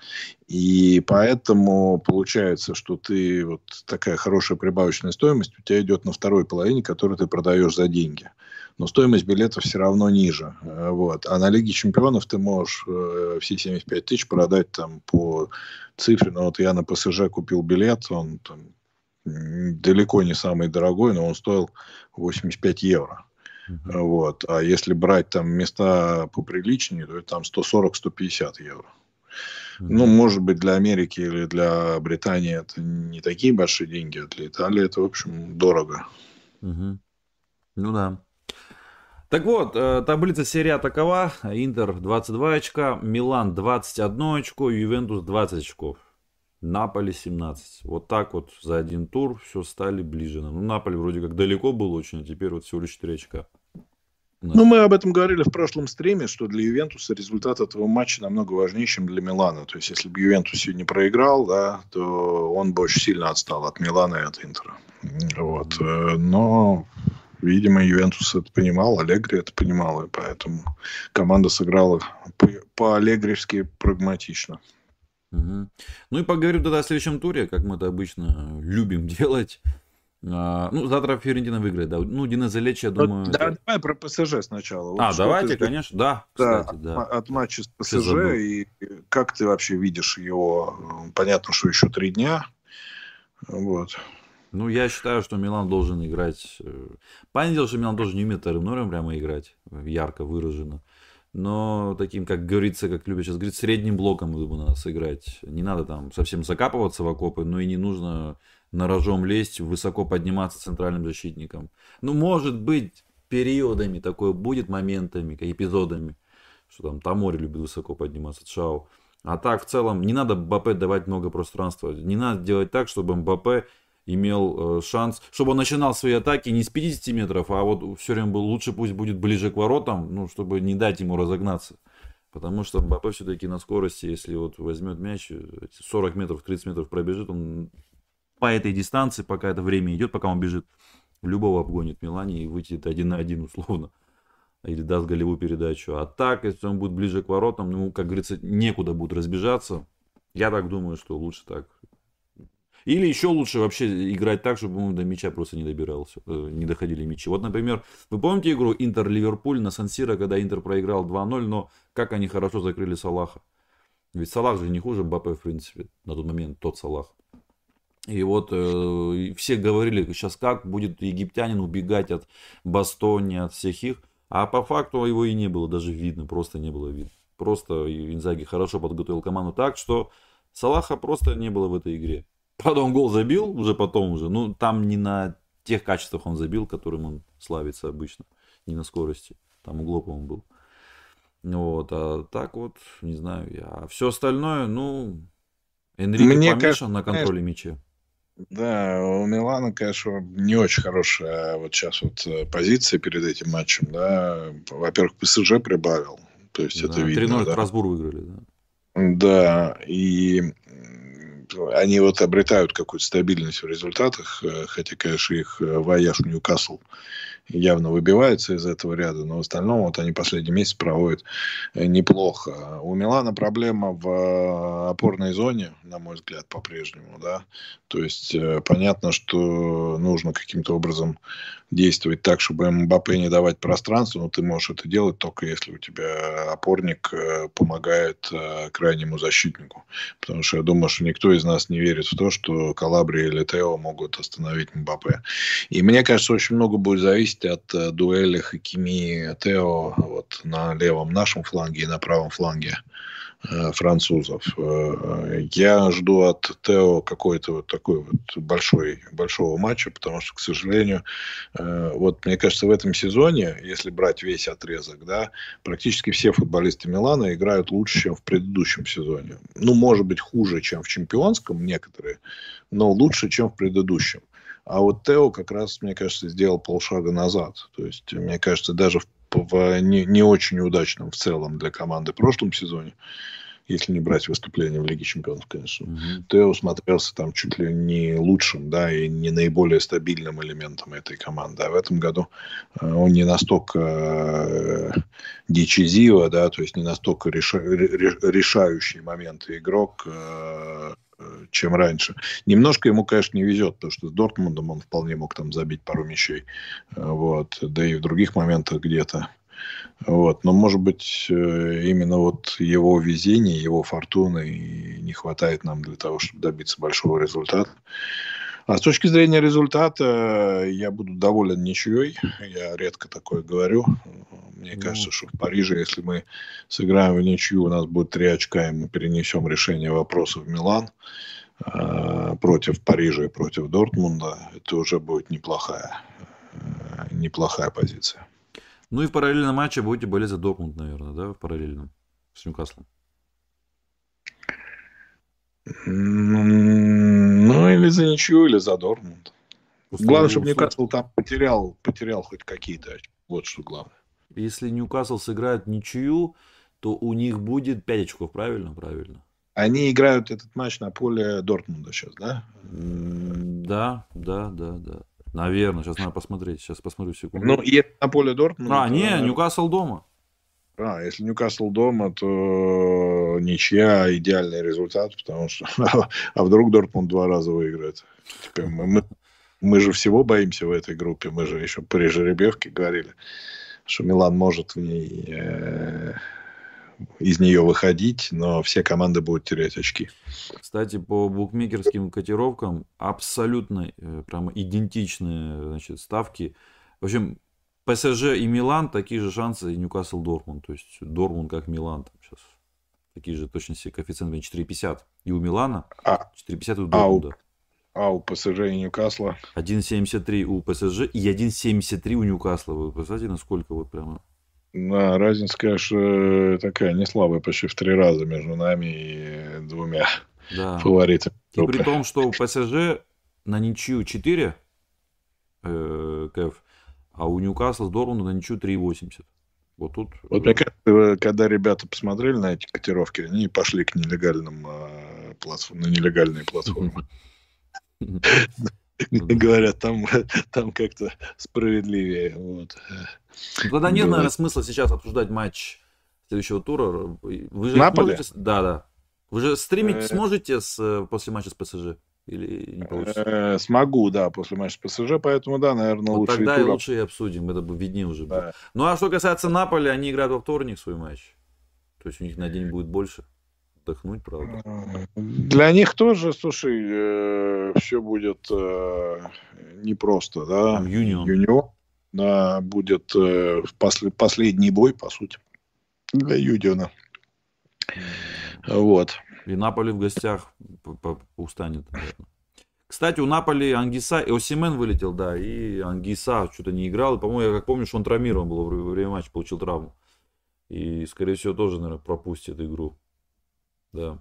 И поэтому получается, что ты вот такая хорошая прибавочная стоимость у тебя идет на второй половине, которую ты продаешь за деньги. Но стоимость билетов все равно ниже. Вот. А на Лиге Чемпионов ты можешь э, все семьдесят пять тысяч продать там по цифре. Ну, вот я на ПСЖ купил билет, он там далеко не самый дорогой, но он стоил восемьдесят пять евро. Uh-huh. Вот. А если брать там места поприличнее, то это там сто сорок - сто пятьдесят евро. Uh-huh. Ну, может быть, для Америки или для Британии это не такие большие деньги, а для Италии это, в общем, дорого. Uh-huh. Ну да. Так вот, таблица серии А такова. Интер двадцать два очка, Милан двадцать одно очко, Ювентус двадцать очков. Наполи семнадцать. Вот так вот за один тур все стали ближе. Ну, Наполи вроде как далеко был очень, а теперь вот всего лишь четыре очка. Ну, мы об этом говорили в прошлом стриме, что для Ювентуса результат этого матча намного важнее, чем для Милана. То есть, если бы Ювентус сегодня проиграл, да, то он бы очень сильно отстал от Милана и от Интера. Вот. Но, видимо, Ювентус это понимал, Аллегри это понимал, и поэтому команда сыграла по-аллегревски прагматично. Угу. Ну и поговорим тогда о следующем туре, как мы это обычно любим делать. А, ну, завтра Фиорентина выиграет, да. Ну, Динезе Лечи, я думаю... Ну, да, это... Давай про ПСЖ сначала. Вот а, давайте, ты... конечно, да, да, кстати, да. От, от матча с ПСЖ, и как ты вообще видишь его? Понятно, что еще три дня. Вот. Ну, я считаю, что Милан должен играть... Понятное дело, что Милан тоже не умеет вторым номером прямо играть, ярко выражено. Но таким, как говорится, как любят сейчас говорить, средним блоком надо сыграть. Не надо там совсем закапываться в окопы, но и не нужно на рожон лезть, высоко подниматься центральным защитником. Ну, может быть, периодами такое будет, моментами, как эпизодами, что там Тамори любит высоко подниматься, Чао. А так, в целом, не надо Мбаппе давать много пространства. Не надо делать так, чтобы Мбаппе имел э, шанс, чтобы он начинал свои атаки не с пятидесяти метров, а вот все время был лучше, пусть будет ближе к воротам, ну, чтобы не дать ему разогнаться. Потому что Мбаппе все-таки на скорости, если вот возьмет мяч, сорок метров, тридцать метров пробежит, он по этой дистанции, пока это время идет, пока он бежит, любого обгонит в Милане и выйдет один на один условно. Или даст голевую передачу. А так, если он будет ближе к воротам, ну, как говорится, некуда будет разбежаться. Я так думаю, что лучше так. Или еще лучше вообще играть так, чтобы он до мяча просто не добирался, не доходили мячи. Вот, например, вы помните игру Интер-Ливерпуль на Сан-Сиро, когда Интер проиграл два ноль, но как они хорошо закрыли Салаха. Ведь Салах же не хуже Мбаппе, в принципе, на тот момент, тот Салах. И вот э, все говорили, сейчас как будет египтянин убегать от Бастони, от всех их. А по факту его и не было даже видно, просто не было видно. Просто Инзаги хорошо подготовил команду так, что Салаха просто не было в этой игре. Правда, он гол забил уже потом уже. Ну, там не на тех качествах он забил, которым он славится обычно. Не на скорости. Там углов, по-моему, был. Вот, а так вот, не знаю я. А все остальное, ну, Энрике Мне помешан кажется, на контроле мяча. Да, у Милана, конечно, не очень хорошая вот сейчас вот позиция перед этим матчем, да. Во-первых, ПСЖ прибавил. То есть да, это видно. три ноль да. Страсбург выиграли, да. Да, и они вот обретают какую-то стабильность в результатах, хотя, конечно, их вояж Ньюкасл явно выбивается из этого ряда, но в остальном вот они последний месяц проводят неплохо. У Милана проблема в опорной зоне, на мой взгляд, по-прежнему, да. То есть понятно, что нужно каким-то образом действовать так, чтобы Мбаппе не давать пространство, но ты можешь это делать только если у тебя опорник помогает крайнему защитнику. Потому что я думаю, что никто из нас не верит в то, что Калабри или Тео могут остановить Мбаппе. И мне кажется, очень много будет зависеть от дуэли Хакими и Тео вот на левом нашем фланге и на правом фланге французов. Я жду от Тео какой-то вот такой вот большой, большого матча, потому что, к сожалению, вот мне кажется, в этом сезоне, если брать весь отрезок, да, практически все футболисты Милана играют лучше, чем в предыдущем сезоне. Ну, может быть, хуже, чем в чемпионском некоторые, но лучше, чем в предыдущем. А вот Тео как раз, мне кажется, сделал полшага назад. То есть, мне кажется, даже в, в не, не очень удачном в целом для команды в прошлом сезоне если не брать выступления в Лиге Чемпионов, конечно, mm-hmm. Тео смотрелся там чуть ли не лучшим, да, и не наиболее стабильным элементом этой команды. А в этом году он не настолько дичизио, да, то есть не настолько реша- решающий моменты игрок, чем раньше. Немножко ему, конечно, не везет, потому что с Дортмундом он вполне мог там забить пару мячей. Вот. Да и в других моментах где-то. Вот. Но, может быть, именно вот его везения, его фортуны не хватает нам для того, чтобы добиться большого результата. А с точки зрения результата я буду доволен ничьей. Я редко такое говорю. Мне mm. кажется, что в Париже, если мы сыграем в ничью, у нас будет три очка, и мы перенесем решение вопроса в Милан э, против Парижа и против Дортмунда. Это уже будет неплохая, э, неплохая позиция. Ну и в параллельном матче будете болеть за Дортмунд, наверное, да? В параллельном с Ньюкаслом. Ну, или за ничью, или за Дортмунд. Пустого главное, чтобы Ньюкасл там потерял, потерял хоть какие-то очки. Вот что главное. Если Ньюкасл сыграет ничью, то у них будет пять очков, правильно? Правильно. Они играют этот матч на поле Дортмунда сейчас, да? Да, да, да, да. Наверное, сейчас надо посмотреть. Сейчас посмотрю секунду. Ну, если на поле Дортмунда... А, то, не, наверное... Ньюкасл дома. А, если Ньюкасл дома, то ничья идеальный результат, потому что... а вдруг Дортмунд два раза выиграет? Мы, мы, мы же всего боимся в этой группе. Мы же еще при жеребьевке говорили, что Милан может в ней, э, из нее выходить, но все команды будут терять очки. Кстати, по букмекерским котировкам абсолютно э, прямо идентичные, значит, ставки. В общем, ПСЖ и Милан такие же шансы, и Ньюкасл Дортмунд. То есть Дортмунд как Милан там сейчас. Такие же точности коэффициенты четыре пятьдесят. И у Милана а, четыре пятьдесят и у Дортмунда. А у ПСЖ и Ньюкасла? один семьдесят три у ПСЖ и один семьдесят три у Ньюкасла. Вы представляете, насколько вот прямо... Да, разница, конечно, такая не слабая, почти в три раза между нами и двумя да. фаворитами. И при том, что у ПСЖ на ничью четыре э, кэф, а у Ньюкасла с Дортмундом на ничью три восемьдесят. Вот тут... Вот мне кажется, когда ребята посмотрели на эти котировки, они пошли к нелегальным э, платформам, на нелегальные платформы. Говорят, там, там как-то справедливее. Вот. Ну, тогда нет, наверное, смысла сейчас обсуждать матч следующего тура. Вы же Наполе? Можете... Да, да. Вы же стримить сможете с... после матча с ПСЖ? Или не получится? Смогу, да, после матча с ПСЖ, поэтому, да, наверное, вот лучше. Тогда и лучше и обсудим, это виднее уже да. будет. Ну, а что касается Наполи, они играют во вторник свой матч. То есть у них на день будет больше. Отдохнуть, правда. Для них тоже, слушай, э, все будет э, непросто, да. Там Юнион. Юнион, да, будет э, после, последний бой, по сути, для Юниона. Вот. И Наполи в гостях устанет, наверное. Кстати, у Наполи Ангиса, и Осимен вылетел, да, и Ангиса что-то не играл. И, по-моему, я как помню, что он травмирован был во время матча, получил травму. И, скорее всего, тоже, наверное, пропустит игру. Да.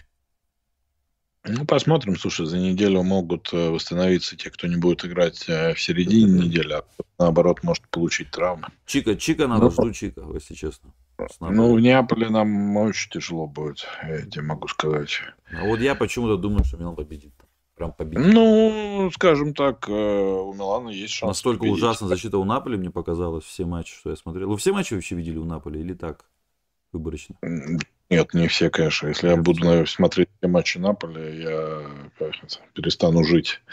Ну, посмотрим. Слушай, за неделю могут восстановиться те, кто не будет играть в середине mm-hmm. недели, а наоборот может получить травму. Чика, Чика надо, ну, жду Чика, если честно. Ну, в Неаполе нам очень тяжело будет, я тебе могу сказать. А вот я почему-то думаю, что Милан победит. Прям победит. Ну, скажем так, у Милана есть шанс. Настолько победить. Ужасно защита у Наполи, мне показалось, все матчи, что я смотрел. Вы все матчи вообще видели у Наполи или так? Выборочно? Нет, не все, конечно. Если я, я буду наверное, смотреть все матчи Наполи, я перестану жить.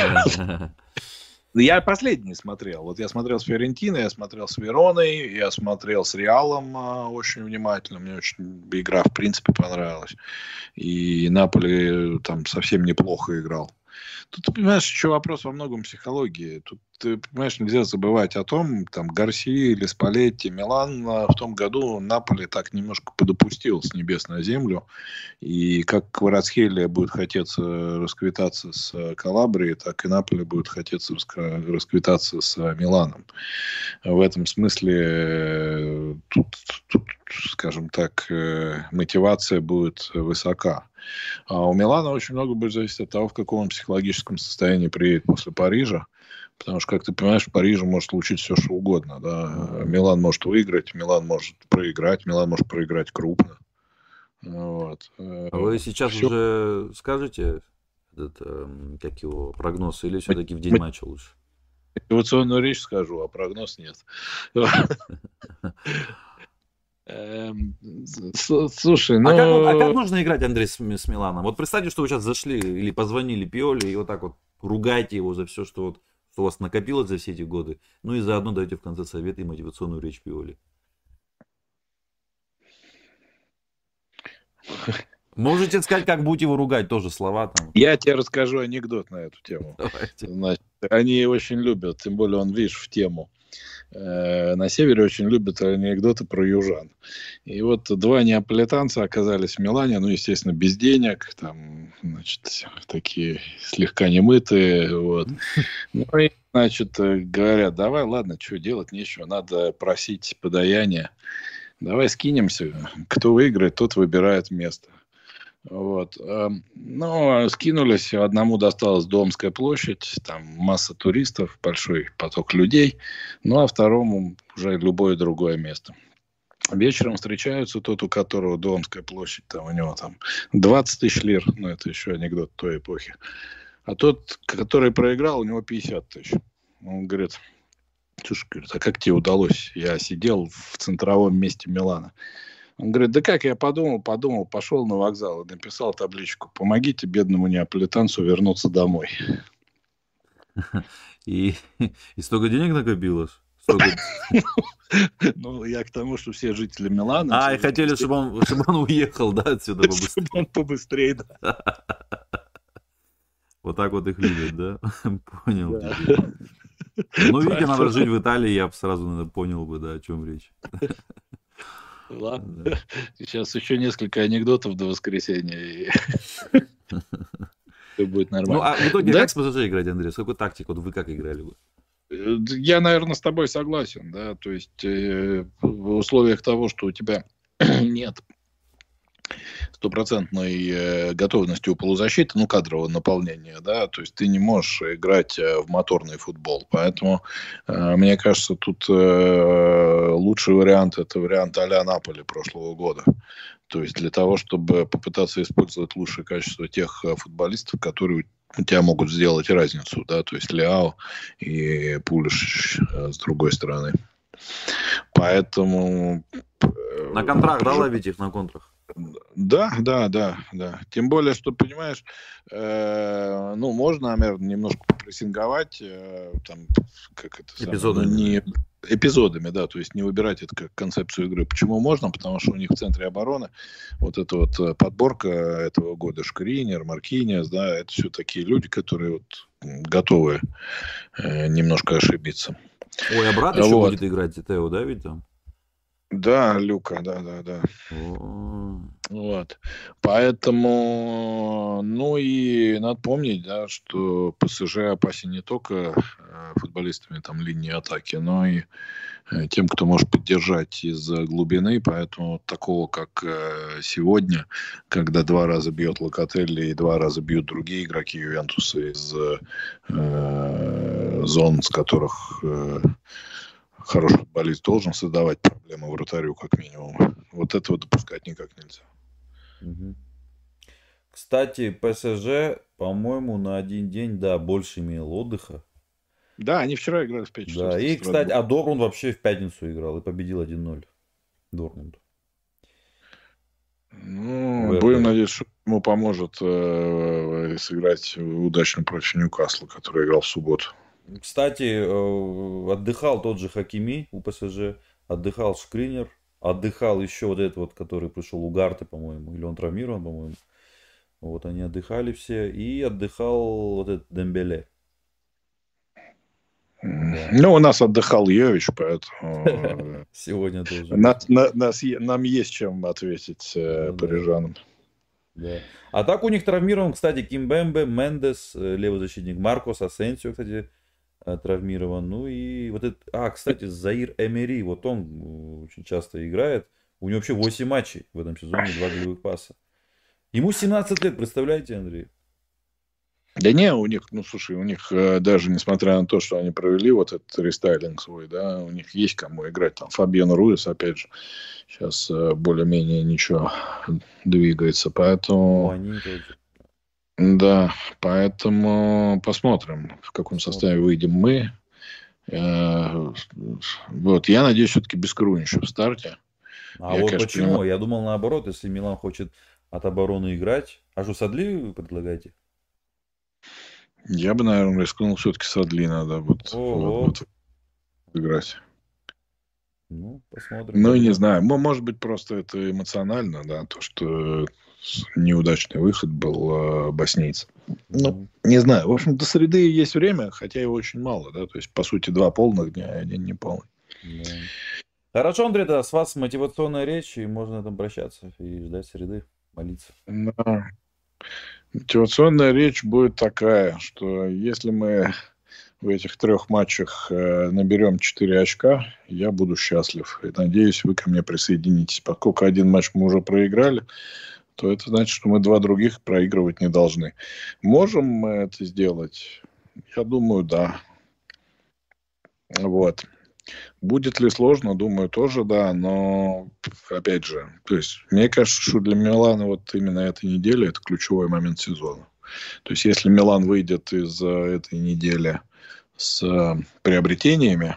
Я последний смотрел. Вот я смотрел с Фиорентиной, я смотрел с Вероной, я смотрел с Реалом очень внимательно. Мне очень игра, в принципе, понравилась. И Наполи там совсем неплохо играл. Тут, ты понимаешь, еще вопрос во многом психологии. Тут, ты понимаешь, нельзя забывать о том, там, Гарсия или Спалетти, Милан в том году Наполи так немножко подопустил с небес на землю. И как Кварацхелия будет хотеться расквитаться с Калабрией, так и Наполи будет хотеться расквитаться с Миланом. В этом смысле тут, тут, скажем так, мотивация будет высока. А у Милана очень много будет зависеть от того, в каком он психологическом состоянии приедет после Парижа. Потому что, как ты понимаешь, в Париже может случиться все, что угодно. Да? Милан может выиграть, Милан может проиграть, Милан может проиграть крупно. Вот. А вы сейчас Всё. уже скажете, этот, эм, как его, прогноз, или все-таки в день матча лучше? Мотивационную речь скажу, а прогноз нет. Эм, с слушай, А как вот, а как ну, нужно играть, Андрей, с, Ми- с Миланом? Вот представьте, что вы сейчас зашли или позвонили Пиоле и вот так вот ругаете его за все, что вот что у вас накопилось за все эти годы, ну и заодно даете в конце совета и мотивационную речь Пиоле. Можете сказать, как будете его ругать, тоже слова там. я тебе расскажу анекдот на эту тему. Давайте. Значит, они очень любят, тем более он, видишь, в тему. Э, на севере очень любят анекдоты про южан. И вот два неаполитанца оказались в Милане, ну, естественно, без денег, там, значит, такие слегка немытые, вот. Ну, и, значит, э, говорят, давай, ладно, что делать, нечего, надо просить подаяние. Давай скинемся, кто выиграет, тот выбирает место. Вот. эм, Ну, скинулись, одному досталась Домская площадь, там масса туристов, большой поток людей, ну, а второму уже любое другое место. Вечером встречаются тот, у которого Домская площадь, там у него там двадцать тысяч лир, ну, это еще анекдот той эпохи. А тот, который проиграл, у него пятьдесят тысяч. Он говорит, слушай, говорит, а как тебе удалось? Я сидел в центровом месте Милана. Он говорит, да как, я подумал, подумал, пошел на вокзал и написал табличку: помогите бедному неаполитанцу вернуться домой. И, и столько денег накопилось? Столько... Ну, я к тому, что все жители Милана... А, и хотели, чтобы он, чтобы он уехал, да, отсюда побыстрее. Чтобы он побыстрее, да. Вот так вот их любят, да? Понял. Ну, видите, надо жить в Италии, я бы сразу, наверное, понял бы, да, о чем речь. Ладно. Сейчас еще несколько анекдотов до воскресенья, и все будет нормально. Ну, а в итоге как с ПСЖ играть, Андрей? С какой тактикой? Вот вы как играли бы? Я, наверное, с тобой согласен, да, то есть э, в условиях того, что у тебя нет стопроцентной э, готовности у полузащиты, ну, кадрового наполнения, да, то есть ты не можешь играть э, в моторный футбол. Поэтому, э, мне кажется, тут э, лучший вариант – это вариант а-ля Наполи прошлого года. То есть для того, чтобы попытаться использовать лучшие качества тех э, футболистов, которые у тебя могут сделать разницу, да, то есть Леао и Пулиш э, с другой стороны. Поэтому... э, На контракт, да, ловить их на контрах? Да, да, да, да. Тем более, что, понимаешь, э, ну, можно, наверное, немножко попрессинговать, э, там, как это самое, Эпизодами. ну, не эпизодами, да, то есть не выбирать это как концепцию игры. Почему можно? Потому что у них в центре обороны вот эта вот э, подборка этого года, Шкринер, Маркинес, да, это все такие люди, которые вот готовы э, немножко ошибиться. Ой, а брат еще Вот. будет играть, Тео, да, ведь там? Да, Люка, да, да, да. О. Вот. Поэтому, ну и надо помнить, да, что ПСЖ опасен не только э, футболистами там линии атаки, но и э, тем, кто может поддержать из глубины. Поэтому такого, как э, сегодня, когда два раза бьет Локотелли и два раза бьют другие игроки Ювентуса из э, зон, с которых э, хороший футболист должен создавать проблемы вратарю, как минимум. Вот этого допускать никак нельзя. Угу. Кстати, ПСЖ, по-моему, на один день, да, больше имел отдыха. Да, они вчера играли в пять часов. Да, и, кстати, а Дортмунд вообще в пятницу играл и победил один ноль. Дортмунд. Ну, будем надеяться, что ему поможет э, сыграть удачно против Ньюкасла, который играл в субботу. Кстати, э, отдыхал тот же Хакими у ПСЖ, отдыхал Шкринер, отдыхал еще вот этот вот, который пришел Угарте, по-моему, или он травмирован, по-моему. Вот они отдыхали все, и отдыхал вот этот Дембеле. Да. Ну, у нас отдыхал Йович, поэтому... Сегодня тоже. Нас, на, нас, нам есть чем ответить э, парижанам. Да. А так у них травмирован, кстати, Кимбембе, Мендес, левый защитник, Маркос Асенсио, кстати, травмирован. Ну и вот это... А, кстати, Заир Эмери, вот он очень часто играет. У него вообще восемь матчей в этом сезоне, два голевых паса. Ему семнадцать лет, представляете, Андрей? Да не, у них, ну, слушай, у них э, даже несмотря на то, что они провели вот этот рестайлинг свой, да, у них есть кому играть. Там Фабиан Руис, опять же, сейчас э, более-менее ничего двигается, поэтому... Они тоже. Да, поэтому посмотрим, в каком посмотрим. составе выйдем мы. Э, вот, я надеюсь, все-таки без Крунича в старте. А я, вот конечно, почему? Понимаю... Я думал наоборот, если Милан хочет от обороны играть. А что, Садли вы предлагаете? Я бы, наверное, рискнул все-таки Садли надо вот, вот, вот играть. Ну, посмотрим. Ну, и не знаю. Может быть, просто это эмоционально, да, то, что неудачный выход был э, боснийца. Mm-hmm. Ну, не знаю. В общем, до среды есть время, хотя его очень мало, да, то есть, по сути, два полных дня и один неполный. Yeah. Хорошо, Андрей, да, с вас мотивационная речь, и можно там прощаться и ждать среды, молиться. Да. Мотивационная речь будет такая, что если мы в этих трех матчах э, наберем четыре очка, я буду счастлив. И надеюсь, вы ко мне присоединитесь. Поскольку один матч мы уже проиграли, то это значит, что мы два других проигрывать не должны. Можем мы это сделать? Я думаю, да. Вот. Будет ли сложно? Думаю, тоже да. Но, опять же, то есть, мне кажется, что для Милана вот именно эта неделя – это ключевой момент сезона. То есть, если Милан выйдет из этой недели с приобретениями,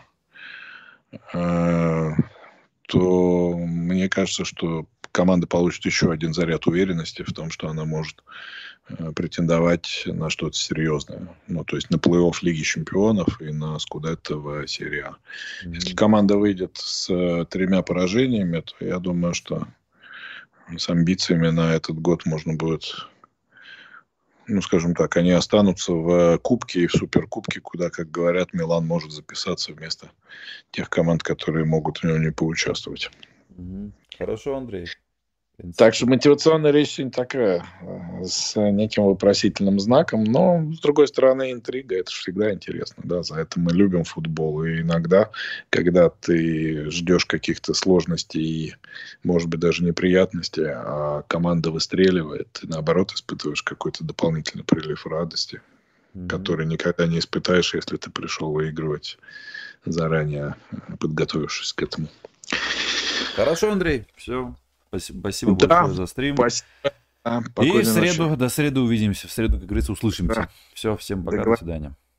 э, то мне кажется, что команда получит еще один заряд уверенности в том, что она может э, претендовать на что-то серьезное. Ну, то есть на плей-офф Лиги Чемпионов и на Скудетто в серии А. Mm-hmm. Если команда выйдет с э, тремя поражениями, то я думаю, что с амбициями на этот год можно будет... Ну, скажем так, они останутся в Кубке и в Суперкубке, куда, как говорят, Милан может записаться вместо тех команд, которые могут в нем не поучаствовать. Угу. Хорошо, Андрей. Так что мотивационная речь сегодня такая, с неким вопросительным знаком, но, с другой стороны, интрига, это же всегда интересно, да, за это мы любим футбол, и иногда, когда ты ждешь каких-то сложностей и, может быть, даже неприятностей, а команда выстреливает, ты, наоборот, испытываешь какой-то дополнительный прилив радости, mm-hmm. который никогда не испытаешь, если ты пришел выигрывать заранее, подготовившись к этому. Хорошо, Андрей, все. Спасибо да, большое за стрим. Спасибо. И в среду, ночи. до среды увидимся. В среду, как говорится, услышимся. Да. Все, всем пока, Договор... до свидания.